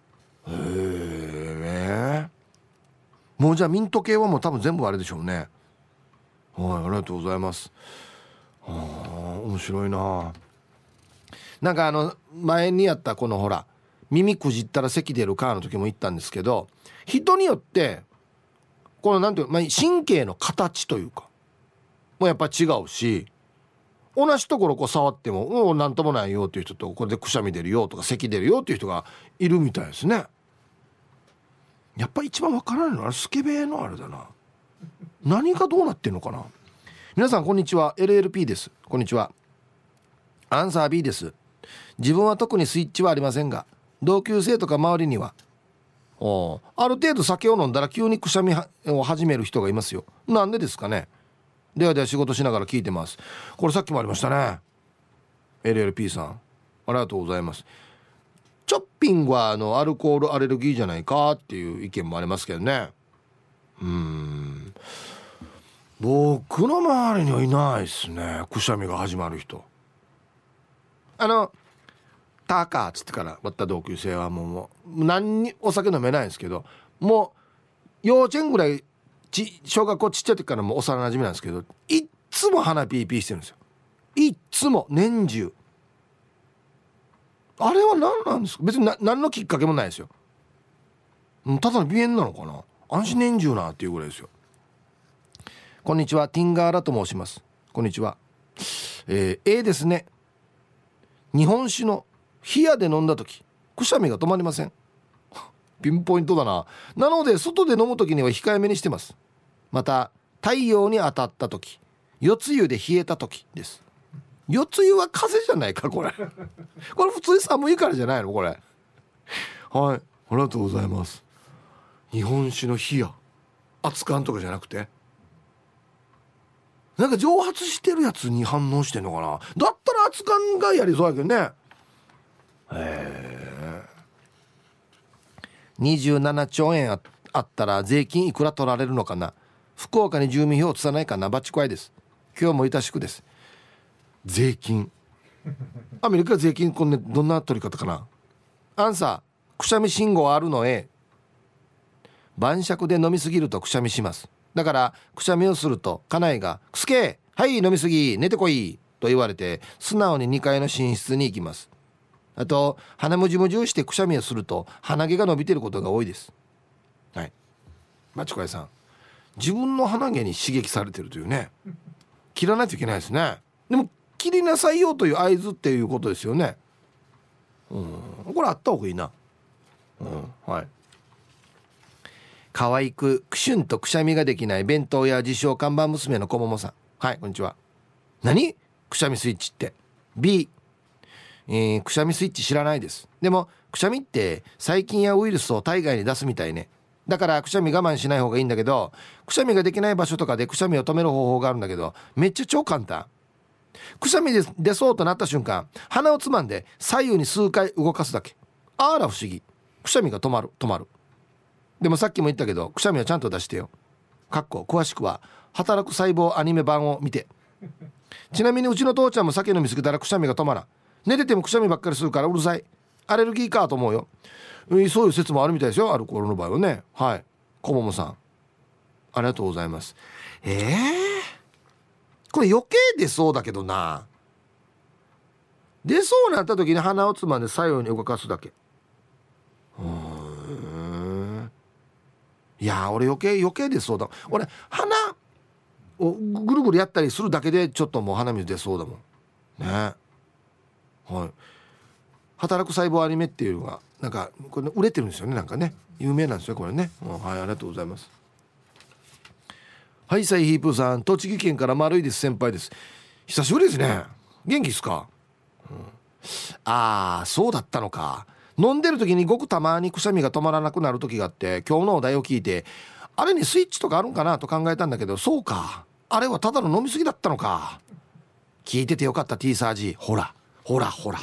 もうじゃあミント系はもう多分全部あれでしょうね。はい、ありがとうございます。面白いな。なんか前にやったこのほら耳くじったら咳出るかの時も言ったんですけど、人によってこのなんていう、神経の形というかもうやっぱ違うし、同じところこう触ってもなんともないよっていう人と、これでくしゃみ出るよとか咳出るよっていう人がいるみたいですね。やっぱ一番わからないのはスケベのあれだな。何がどうなってんのかな。皆さんこんにちは、 LLP です。こんにちは。アンサー B です。自分は特にスイッチはありませんが、同級生とか周りにはある程度酒を飲んだら急にくしゃみを始める人がいますよ。なんでですかね。では仕事しながら聞いてます。これさっきもありましたね。 LLP さんありがとうございます。チョッピングはアルコールアレルギーじゃないかっていう意見もありますけどね。僕の周りにはいないですね、くしゃみが始まる人。タカーっつってから割った同級生はもう何にお酒飲めないんですけど、もう幼稚園ぐらい小学校ちっちゃい時からもう幼馴染なんですけど、いっつも鼻ピーピーしてるんですよ。いっつも年中。あれは何なんですか。別に何のきっかけもないですよ。ただの鼻炎なのかな、安心年中なっていうぐらいですよ。こんにちは、ティンガーラと申します。こんにちは。ですね、日本酒の冷やで飲んだ時くしゃみが止まりません。ピンポイントだな。なので外で飲む時には控えめにしてます。また太陽に当たった時、夜露湯で冷えた時です。夜露湯は風邪じゃないかこれこれ普通に寒いからじゃないのこれ。はい、ありがとうございます。日本酒の冷や、熱燗とかじゃなくてなんか蒸発してるやつに反応してんのかな。だったら熱燗がやりそうやけどね。27兆円 あったら税金いくら取られるのかな。福岡に住民票移さないかな。バチ怖いです。今日もいたしくです。税金アメリカ税金こんね、どんな取り方かな。アンサー、くしゃみ信号あるの A。 晩酌で飲みすぎるとくしゃみします。だからくしゃみをすると家内がくすけ、はい飲みすぎ寝てこいと言われて素直に2階の寝室に行きます。あと鼻むじむじしてくしゃみをすると鼻毛が伸びていることが多いです。はい、マチコヤさん、自分の鼻毛に刺激されてるというね。切らないといけないですね。でも切りなさいよという合図っていうことですよね。これあった方がいいな。はい。可愛くくしゅんとくしゃみができない弁当や自称看板娘のこももさん、はいこんにちは。何くしゃみスイッチって。 B、くしゃみスイッチ知らないです。でもくしゃみって細菌やウイルスを体外に出すみたいね。だからくしゃみ我慢しない方がいいんだけど、くしゃみができない場所とかでくしゃみを止める方法があるんだけど、めっちゃ超簡単。くしゃみで出そうとなった瞬間、鼻をつまんで左右に数回動かすだけ。あら不思議、くしゃみが止まる。でもさっきも言ったけどくしゃみはちゃんと出してよ。詳しくは働く細胞アニメ版を見て。ちなみにうちの父ちゃんも酒飲みすぎたらくしゃみが止まらん。寝ててもくしゃみばっかりするからうるさい。アレルギーかと思うよ。そういう説もあるみたいですよ、アルコールの場合はね。はい、こももさんありがとうございます。これ余計出そうだけどな。 出そうになった時に鼻をつまんで左右に動かすだけ。いや俺余計出そうだ。俺鼻をぐるぐるやったりするだけでちょっともう鼻水出そうだもんね。はい、働く細胞アニメっていうのがなんかこれ、ね、売れてるんですよね。なんかね有名なんですよこれね。はい、ありがとうございます。はい、サイヒープーさん、栃木県から丸いです先輩です。久しぶりですね。元気ですか？ああそうだったのか。飲んでる時にごくたまにくしゃみが止まらなくなる時があって、今日のお題を聞いてあれにスイッチとかあるんかなと考えたんだけど、そうか、あれはただの飲みすぎだったのか。聞いててよかった T サージ。ほらこ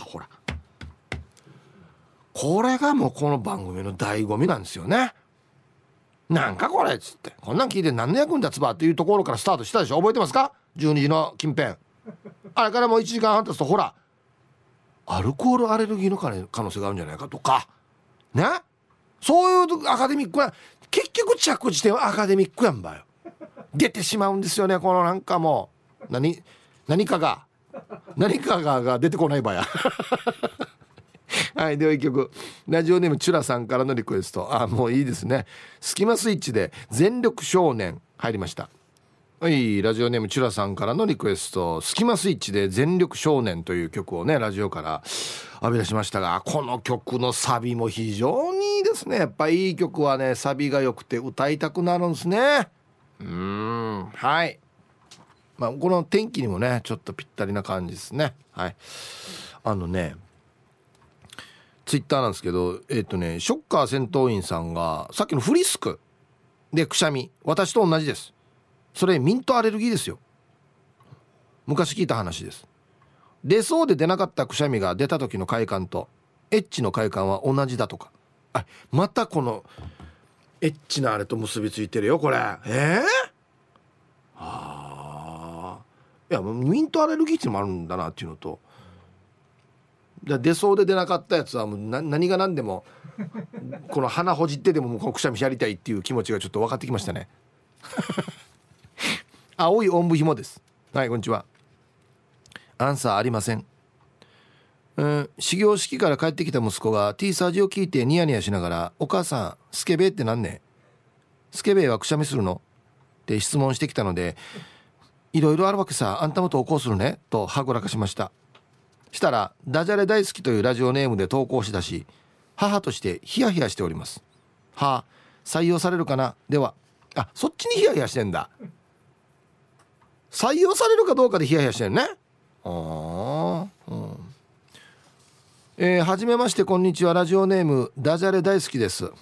れがもうこの番組の醍醐味なんですよね。なんかこれっつって、こんなん聞いて何の役に立つばっていうところからスタートしたでしょ。覚えてますか？12時の近辺あれからもう1時間半経つとほらアルコールアレルギーの可能性があるんじゃないかとかね。そういうアカデミックな、結局着地点はアカデミックやんばよ。出てしまうんですよね。このなんかもう何かが出てこないばやはい、では一曲、ラジオネームチュラさんからのリクエスト。もういいですね。スキマスイッチで全力少年入りました。はい、ラジオネームチュラさんからのリクエスト、スキマスイッチで全力少年という曲をねラジオから浴び出しましたが、この曲のサビも非常にいいですね。やっぱいい曲はねサビが良くて歌いたくなるんですね。はい、この天気にもねちょっとぴったりな感じですね。はい、ツイッターなんですけど、ショッカー戦闘員さんがさっきのフリスクでくしゃみ、私と同じです。それミントアレルギーですよ。昔聞いた話です。出そうで出なかったくしゃみが出た時の快感とエッチの快感は同じだとか。またこのエッチなあれと結びついてるよこれ。いやミントアレルギーっていうのもあるんだなっていうのと、出そうで出なかったやつはもう何が何でもこの鼻ほじってでももうこのくしゃみやりたいっていう気持ちがちょっと分かってきましたね青いおんぶひもです。はい、こんにちは。アンサーありません。始業式から帰ってきた息子が T サージを聞いてニヤニヤしながら、お母さんスケベってなんね、スケベはくしゃみするのって質問してきたので、いろいろあるわけさ、あんたも投稿するねとはぐらかしました。したらダジャレ大好きというラジオネームで投稿しだし、母としてヒヤヒヤしております。採用されるかな。ではそっちにヒヤヒヤしてんだ。採用されるかどうかでヒヤヒヤしてるね。はじめまして、こんにちは。ラジオネームダジャレ大好きです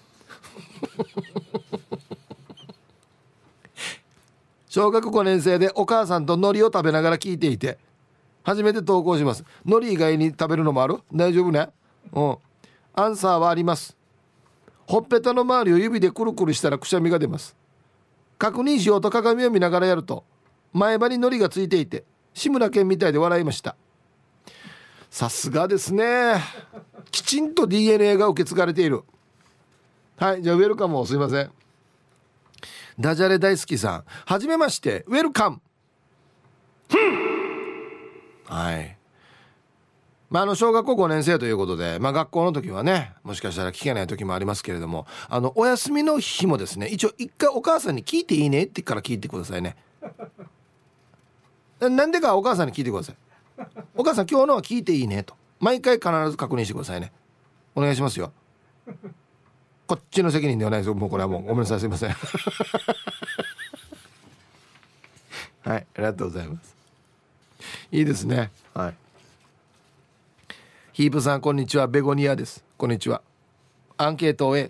小学5年生でお母さんと海苔を食べながら聞いていて初めて投稿します。海苔以外に食べるのもある？大丈夫ね。アンサーはあります。ほっぺたの周りを指でくるくるしたらくしゃみが出ます。確認しようと鏡を見ながらやると前歯に海苔がついていて志村けんみたいで笑いました。さすがですね。きちんと DNA が受け継がれている。はい、じゃあウェルカムを。すいません。ダジャレ大好きさん、はじめまして、ウェルカム。はい、小学校5年生ということで、学校の時はねもしかしたら聞けない時もありますけれども、お休みの日もですね、一応一回お母さんに聞いていいねってから聞いてくださいね。なんでかお母さんに聞いてください。お母さん今日のは聞いていいねと毎回必ず確認してくださいね。お願いしますよ。こっちの責任ではないですよ。もうこれはもうごめんなさい、すいませんはい、ありがとうございます。いいですね。はい、ヒープさんこんにちは。ベゴニアです。こんにちは。アンケートを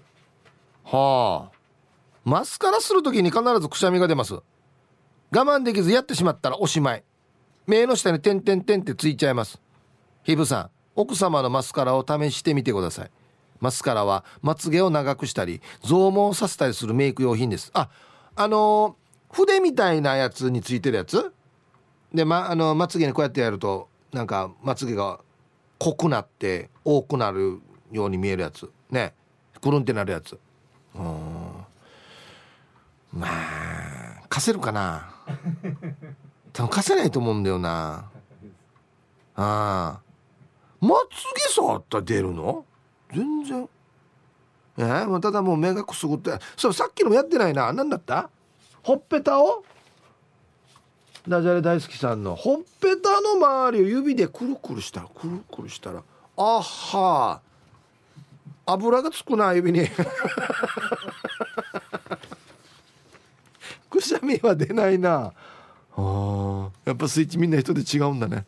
マスカラするときに必ずくしゃみが出ます。我慢できずやってしまったらおしまい。目の下に点々点ってついちゃいます。ヒープさん、奥様のマスカラを試してみてください。マスカラはまつげを長くしたり増毛させたりするメイク用品です。筆みたいなやつについてるやつで、まつげにこうやってやるとなんかまつげが濃くなって多くなるように見えるやつね、くるんってなるやつ。貸せるかな多分貸せないと思うんだよな。 まつげ触ったら出るの？全然。もうただもう目がくすぐって、そうさっきのもやってないな。何だった？ほっぺたを、ダジャレ大好きさんのほっぺたの周りを指でくるくるしたらあはー、油がつくな指にくしゃみは出ないな。やっぱスイッチみんな人で違うんだね。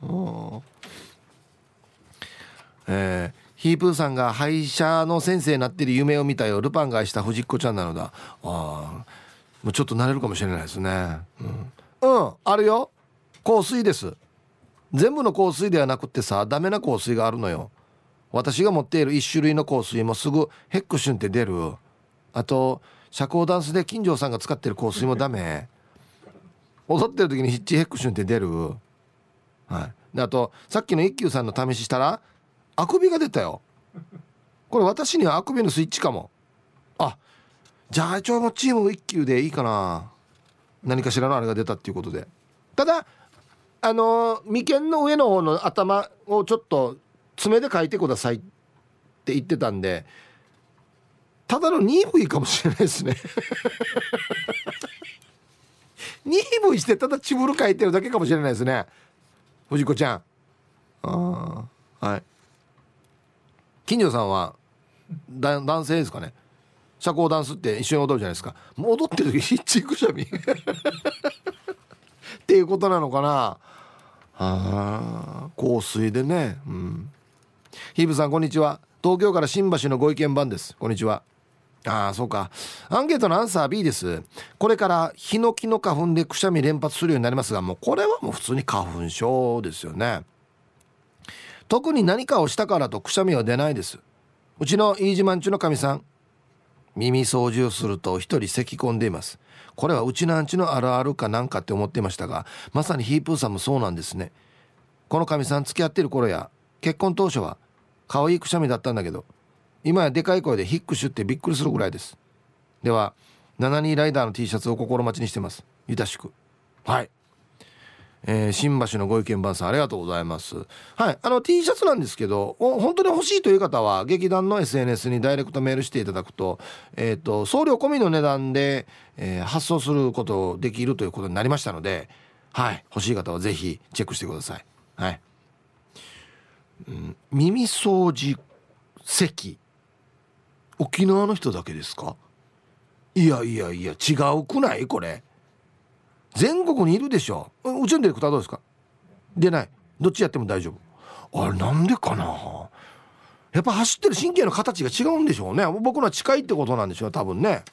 ヒープーさんが歯医者の先生になってる夢を見たよ。ルパンが愛した藤子ちゃんなのだ。もうちょっと慣れるかもしれないですね。あるよ。香水です。全部の香水ではなくってさ、ダメな香水があるのよ。私が持っている一種類の香水もすぐヘックシュンって出る。あと社交ダンスで金城さんが使ってる香水もダメ。踊ってる時にヒッチヘックシュンって出る。であとさっきの一休さんの試ししたらあくびが出たよ。これ私にはあくびのスイッチかも。じゃあ一応もチーム一休でいいかな。何かしらのあれが出たっていうことで。ただ眉間の上の方の頭をちょっと爪で描いてくださいって言ってたんで、ただの2V かもしれないですね2V してただチブル描いてるだけかもしれないですね、藤子ちゃん。はい。金城さんは男性ですかね。社交ダンスって一緒に踊るじゃないですか。もう踊ってる時ヒッチくしゃみっていうことなのかな。香水でね。ヒーブさんこんにちは。東京から新橋のご意見番です。こんにちは。そうか。アンケートのアンサー B です。これからヒノキの花粉でくしゃみ連発するようになりますが、もうこれはもう普通に花粉症ですよね。特に何かをしたからとくしゃみは出ないです。うちの飯島んちのかみさん、耳掃除をすると一人咳き込んでいます。これはうちなんちのあるあるかなんかって思っていましたが、まさにヒープーさんもそうなんですね。このかみさん付き合ってる頃や結婚当初は可愛いくしゃみだったんだけど、今やでかい声でヒックシュってびっくりするぐらいです。では72ライダーの T シャツを心待ちにしてます。ゆたしく。はい、新橋のご意見番さんありがとうございます。はい、T シャツなんですけど、本当に欲しいという方は劇団の SNS にダイレクトメールしていただくと、送料込みの値段で、発送することできるということになりましたので、はい、欲しい方はぜひチェックしてください。はい。耳掃除席、沖縄の人だけですか？いや違うくない？これ全国にいるでしょ。うちのディレクターどうですか？出ない。どっちやっても大丈夫。あれなんでかな。やっぱ走ってる神経の形が違うんでしょうね。僕のは近いってことなんでしょう多分ね。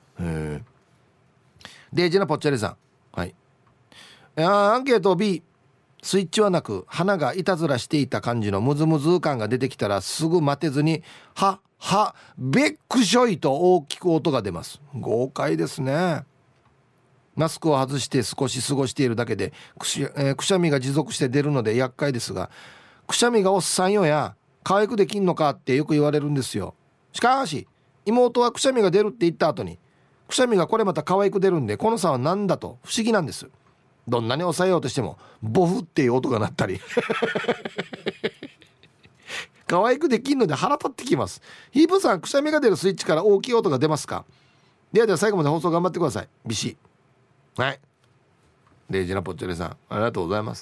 デイジーなぽっちゃりさん、はい。アンケート B、 スイッチはなく鼻がいたずらしていた感じのムズムズ感が出てきたらすぐ待てずにはべっくしょいと大きく音が出ます。豪快ですね。マスクを外して少し過ごしているだけでくしゃみが持続して出るので厄介ですが、くしゃみがおっさんよや可愛くできんのかってよく言われるんですよ。しかし妹はくしゃみが出るって言った後にくしゃみがこれまた可愛く出るんで、この差は何だと不思議なんです。どんなに抑えようとしてもボフっていう音が鳴ったり可愛くできんので腹立ってきます。ヒープさん、くしゃみが出るスイッチから大きい音が出ますか？では最後まで放送頑張ってください。ビシ。はい、レイジナポッチョレさんありがとうございます。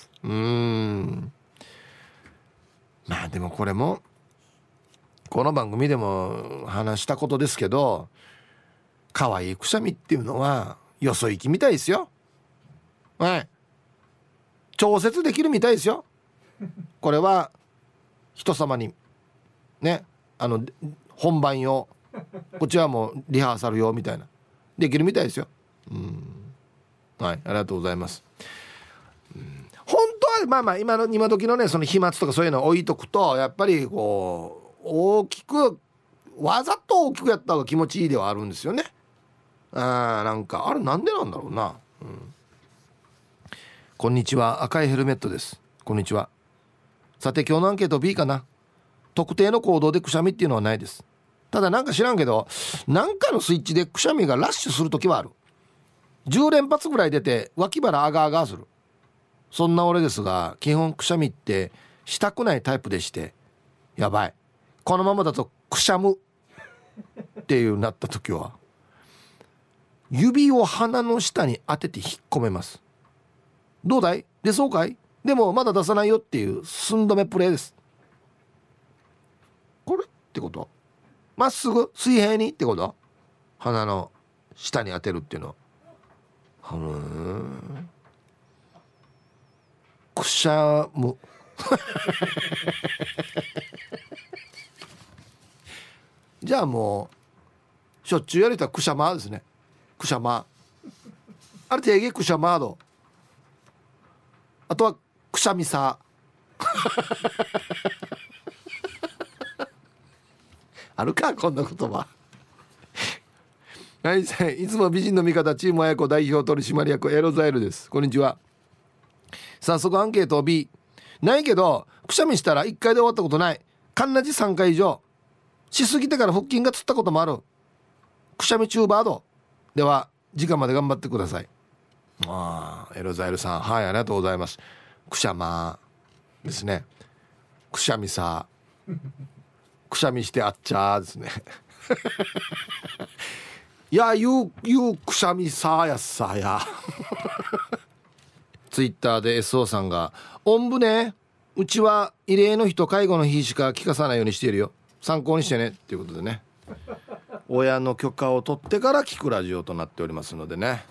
まあでもこれもこの番組でも話したことですけど、可愛いくしゃみっていうのはよそ行きみたいですよ。はい、調節できるみたいですよ。これは人様にね、本番用、こっちはもうリハーサル用みたいなできるみたいですよ。はい、ありがとうございます。本当は今時のね、その飛沫とかそういうのを置いとくと、やっぱりこう大きく、わざと大きくやった方が気持ちいいではあるんですよね。なんかあれなんでなんだろうな。こんにちは、赤いヘルメットです。こんにちは。さて今日のアンケート B かな。特定の行動でくしゃみっていうのはないです。ただなんか知らんけど、なんかのスイッチでくしゃみがラッシュするときはある。10連発ぐらい出て脇腹アガアガする。そんな俺ですが、基本くしゃみってしたくないタイプでして、やばいこのままだとくしゃむっていうなった時は指を鼻の下に当てて引っ込めます。どうだい出そうかい、でもまだ出さないよっていう寸止めプレイです。これってこと、まっすぐ水平にってこと、鼻の下に当てるっていうの。くしゃむじゃあもうしょっちゅうやれたらくしゃまですね。くしゃまあれ定義くしゃまーど、あとはくしゃみさあるかこんな言葉はい、いつも美人の味方チームあやこ代表取締役エロザイルです。こんにちは。早速アンケート B。 ないけどくしゃみしたら1回で終わったことない。かんなじ3回以上しすぎてから腹筋がつったこともある。くしゃみチューバードでは時間まで頑張ってください。エロザイルさん、はい、ありがとうございます。くしゃまですね。くしゃみさくしゃみしてあっちゃーですねいやゆうくしゃみさやっさやツイッターで SO さんがおんぶね、うちは慰霊の日と介護の日しか聞かさないようにしているよ、参考にしてねっていうことでね親の許可を取ってから聞くラジオとなっておりますのでね、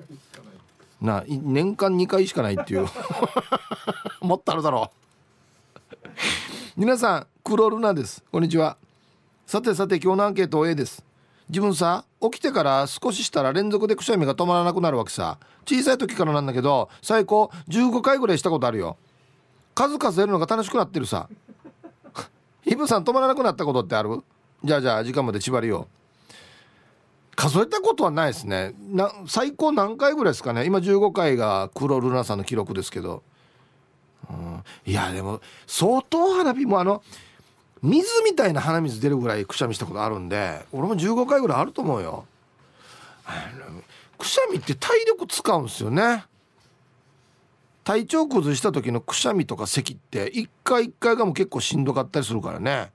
年間2回しかないっていうもっとあるだろう皆さんクロルナです。こんにちは。さて今日のアンケート A です。自分さ、起きてから少ししたら連続でくしゃみが止まらなくなるわけさ。小さい時からなんだけど最高15回ぐらいしたことあるよ。数数えるのが楽しくなってるさイブさん止まらなくなったことってある？じゃあ時間まで縛りよう。数えたことはないですね。最高何回ぐらいですかね。今15回がクロルナさんの記録ですけど、いやでも相当花火も水みたいな鼻水出るぐらいくしゃみしたことあるんで、俺も15回ぐらいあると思うよ。くしゃみって体力使うんですよね。体調崩した時のくしゃみとか咳って一回一回がもう結構しんどかったりするからね。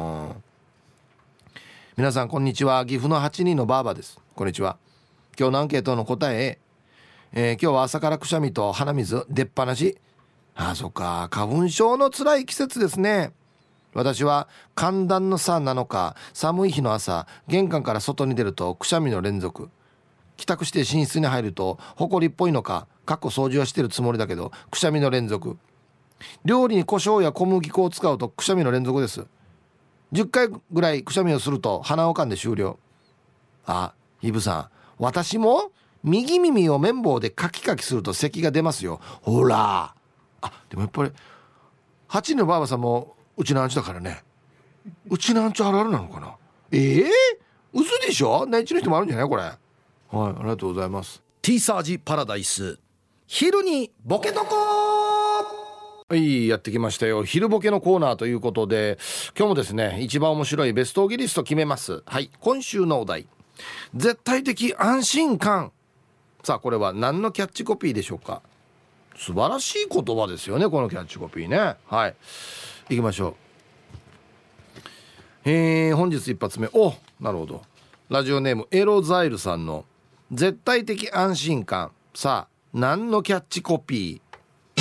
皆さんこんにちは。岐阜の8人のバーバです。こんにちは。今日のアンケートの答え、今日は朝からくしゃみと鼻水出っ放し。そっか、花粉症の辛い季節ですね。私は寒暖の差なのか寒い日の朝玄関から外に出るとくしゃみの連続。帰宅して寝室に入るとほこりっぽいのか掃除はしてるつもりだけどくしゃみの連続。料理に胡椒や小麦粉を使うとくしゃみの連続です。10回ぐらいくしゃみをすると鼻をかんで終了。イブさん、私も右耳を綿棒でカキカキすると咳が出ますよ。ほら。でもやっぱり8人のばあばさんもうちのアンチだからね。うちのアンチあるあるなのかな。嘘でしょ。内地の人もあるんじゃないこれ。はい、ありがとうございます。 T サージパラダイス昼にボケとこ。 はい、やってきましたよ。昼ボケのコーナーということで、今日もですね一番面白いベストオギリスト決めます。はい、今週のお題、絶対的安心感。さあこれは何のキャッチコピーでしょうか。素晴らしい言葉ですよねこのキャッチコピーね。はい、行きましょう。本日一発目、なるほど。ラジオネームエロザイルさんの絶対的安心感。さあ何のキャッチコピー。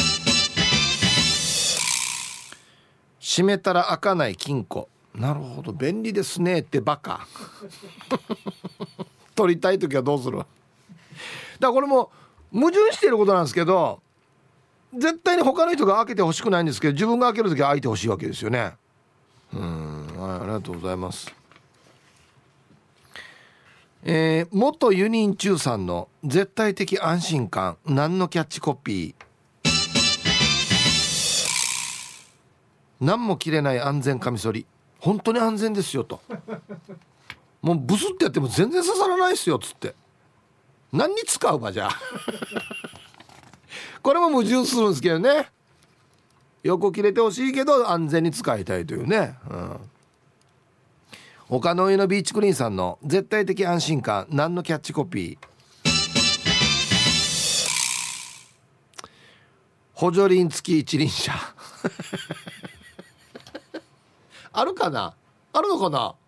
閉めたら開かない金庫。なるほど、便利ですねってバカ取りたい時はどうする。だからこれも矛盾していることなんですけど、絶対に他の人が開けてほしくないんですけど自分が開ける時は開いてほしいわけですよね。はい、ありがとうございます。元ユニンチューさんの絶対的安心感。何のキャッチコピー。何も切れない安全カミソリ。本当に安全ですよと。もうブスってやっても全然刺さらないですよっつって。何に使うばじゃあこれも矛盾するんですけどね。横切れてほしいけど安全に使いたいというね。丘の上のビーチクリーンさんの絶対的安心感。何のキャッチコピー。補助輪付き一輪車あるかな、あるのかな。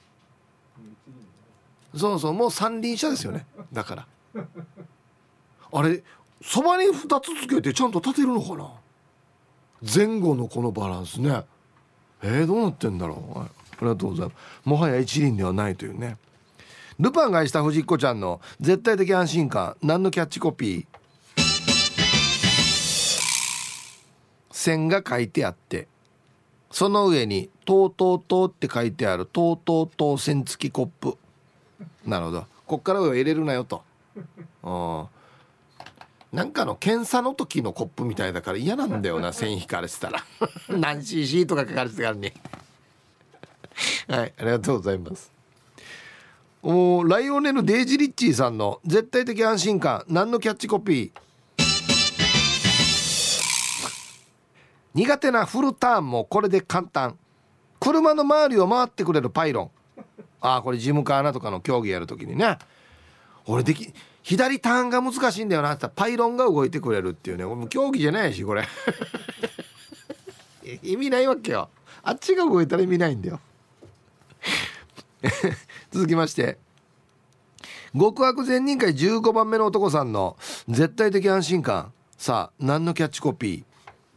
そうそう、もう三輪車ですよね。だからあれそばに2つつけてちゃんと立てるのかな、前後のこのバランスね。どうなってんだろう。はい、ありがとうございます。もはや一輪ではないというね。ルパンがした藤子ちゃんの絶対的安心感、何のキャッチコピー。線が書いてあってその上にとうとうとうって書いてあるとうとうとう線付きコップ。なるほど、こっから上入れるなよと。なんかの検査の時のコップみたいだから嫌なんだよな、線引かれてたら何 cc とか書かれてたからねはい、ありがとうございます。ライオネルデイジリッチーさんの絶対的安心感、何のキャッチコピー。苦手なフルターンもこれで簡単、車の周りを回ってくれるパイロン。これジムカーナとかの競技やるときにね、俺左ターンが難しいんだよなって言ったらパイロンが動いてくれるっていうね。これも競技じゃないしこれ意味ないわけよ、あっちが動いたら意味ないんだよ続きまして、極悪善人会15番目の男さんの絶対的安心感、さあ何のキャッチコピー。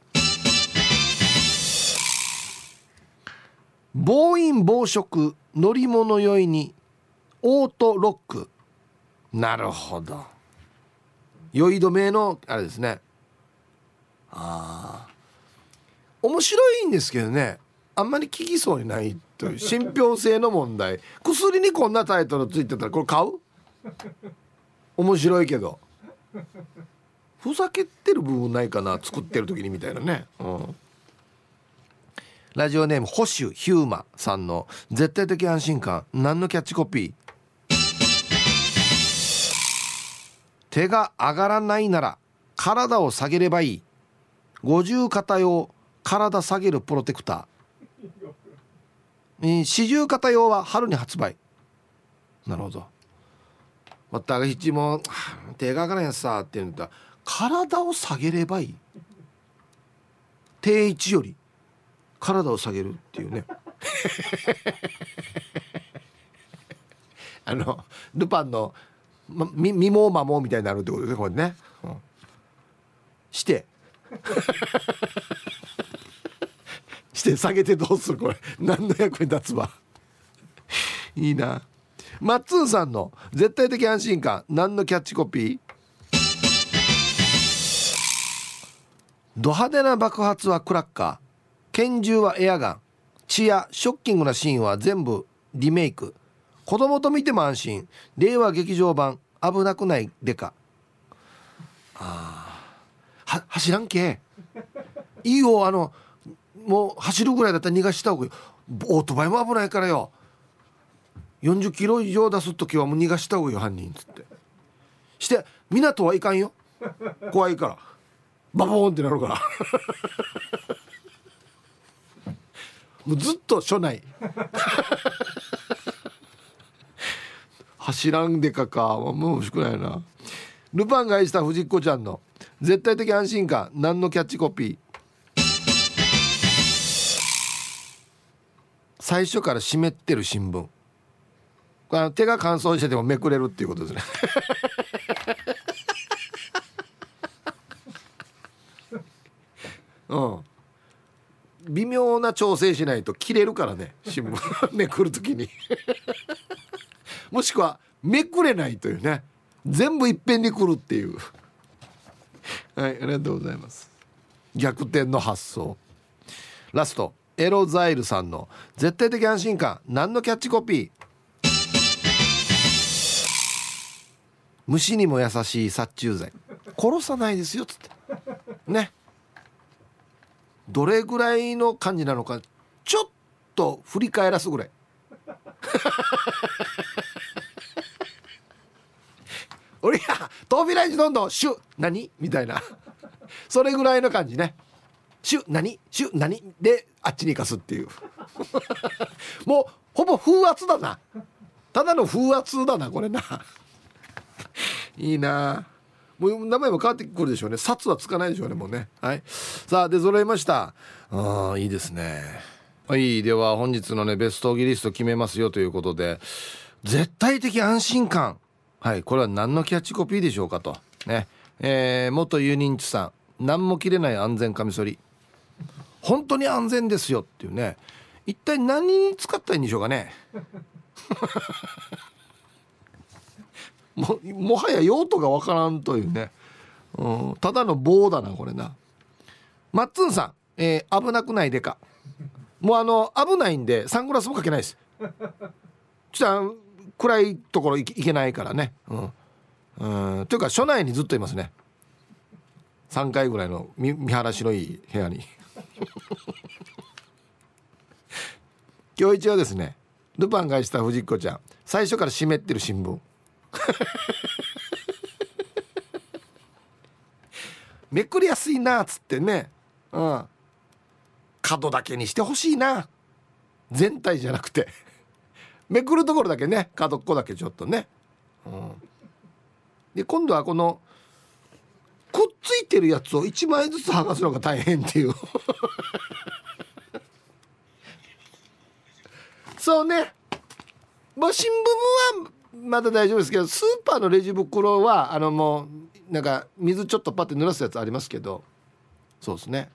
暴飲暴食乗り物酔いにオートロック。なるほど、酔い止めのあれですね。面白いんですけどね、あんまり効きそうにないという信憑性の問題。薬にこんなタイトルついてたらこれ買う？面白いけどふざけてる部分ないかな、作ってる時にみたいなね。ラジオネーム保守ヒューマさんの絶対的安心感、何のキャッチコピー。手が上がらないなら体を下げればいい、50肩用体下げるプロテクター。40肩用は春に発売。なるほど。また七も手が上がらないやつさって言うんだったら体を下げればいい、定位置より体を下げるっていうねルパンの身も摩耗みたいになるってことですねこれね、してして下げてどうするこれ、何の役に立つわいいな。マッツーさんの絶対的安心感、何のキャッチコピー。ド派手な爆発はクラッカー、拳銃はエアガン、血やショッキングなシーンは全部リメイク、子供と見ても安心、令和劇場版危なくないデカ。走らんけいいよ、もう走るぐらいだったら逃がした方がいい。オートバイも危ないからよ、40キロ以上出すときはもう逃がした方がいいよ犯人つって。して港はいかんよ、怖いからバボーンってなるからもうずっと署内走らんでかもう欲しくないな。ルパンが愛した藤子ちゃんの絶対的安心感、何のキャッチコピー。最初から湿ってる新聞。手が乾燥しててもめくれるっていうことですね微妙な調整しないと切れるからね、新聞めくるときにもしくはめくれないというね、全部いっぺんにくるっていうはい、ありがとうございます。逆転の発想。ラスト、エロザイルさんの絶対的安心感、何のキャッチコピー。虫にも優しい殺虫剤、殺さないですよつってね。どれぐらいの感じなのかちょっと振り返らすぐらい俺や扉にどんどんシュ何みたいなそれぐらいの感じね。シュ何シュ何であっちに行かすっていうもうほぼ風圧だな、ただの風圧だなこれな。いいなもう名前も変わってくるでしょうね。札はつかないでしょうねもうね。はい、さあ出揃いました。いいですね。はい、では本日のねベストギリスト決めますよということで、絶対的安心感、はい、これは何のキャッチコピーでしょうかとね。元ユニンチさん、何も切れない安全カミソリ、本当に安全ですよっていうね。一体何に使ったらいいんでしょうかねもはや用途がわからんというね、ただの棒だなこれな。マッツンさん、危なくないでか、もう危ないんでサングラスもかけないです。ちょっと暗いところ行けないからね。というか署内にずっといますね。3階ぐらいの見晴らしのいい部屋に今日一応ですね、ルパンがした藤子ちゃん、最初から湿ってる新聞めくりやすいなっつってね、角だけにしてほしいな、全体じゃなくてめくるところだけね、角っこだけちょっとね、で今度はこのくっついてるやつを1枚ずつ剥がすのが大変っていうそうね、新聞はまだ大丈夫ですけど、スーパーのレジ袋はもうなんか水ちょっとパッて濡らすやつありますけど、そうですね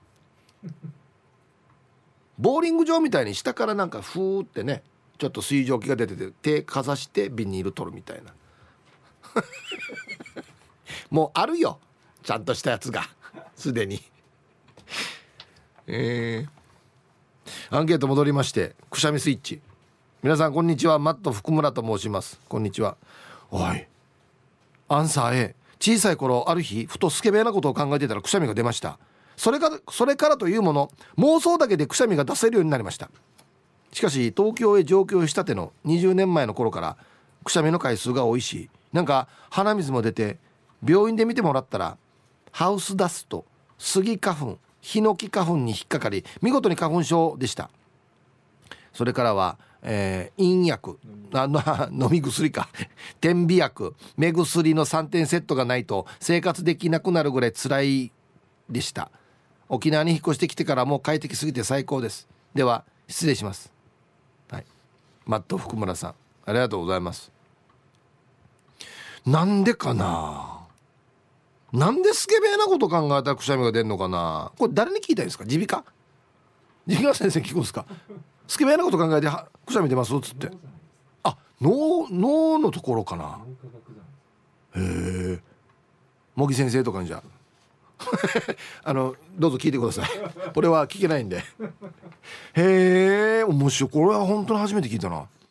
ボーリング場みたいに下からなんかふーってね、ちょっと水蒸気が出てて手かざしてビニール取るみたいなもうあるよちゃんとしたやつがすでにアンケート戻りまして、くしゃみスイッチ、皆さんこんにちは、マット福村と申します。こんにちは。おい、アンサー A、 小さい頃ある日ふとスケベなことを考えていたらくしゃみが出ました。それからというもの、妄想だけでくしゃみが出せるようになりました。しかし東京へ上京したての20年前の頃からくしゃみの回数が多いし、なんか鼻水も出て、病院で見てもらったらハウスダスト、スギ花粉、ヒノキ花粉に引っかかり、見事に花粉症でした。それからは陰薬、飲み薬か点鼻薬、目薬の3点セットがないと生活できなくなるぐらい辛いでした。沖縄に引っ越してきてからもう快適すぎて最高です。では失礼します。はい、マット福村さんありがとうございます。なんでかな、なんでスケベなこと考えたらくしゃみが出るのかな。これ誰に聞いたんですか、耳鼻科先生聞くんですか。スケベなこと考えてくしゃみ出ますっつって、脳のところかな。へえ、茂木先生とかにじゃどうぞ聞いてくださいこれは聞けないんでへえ、面白い、これは本当に初めて聞いたな。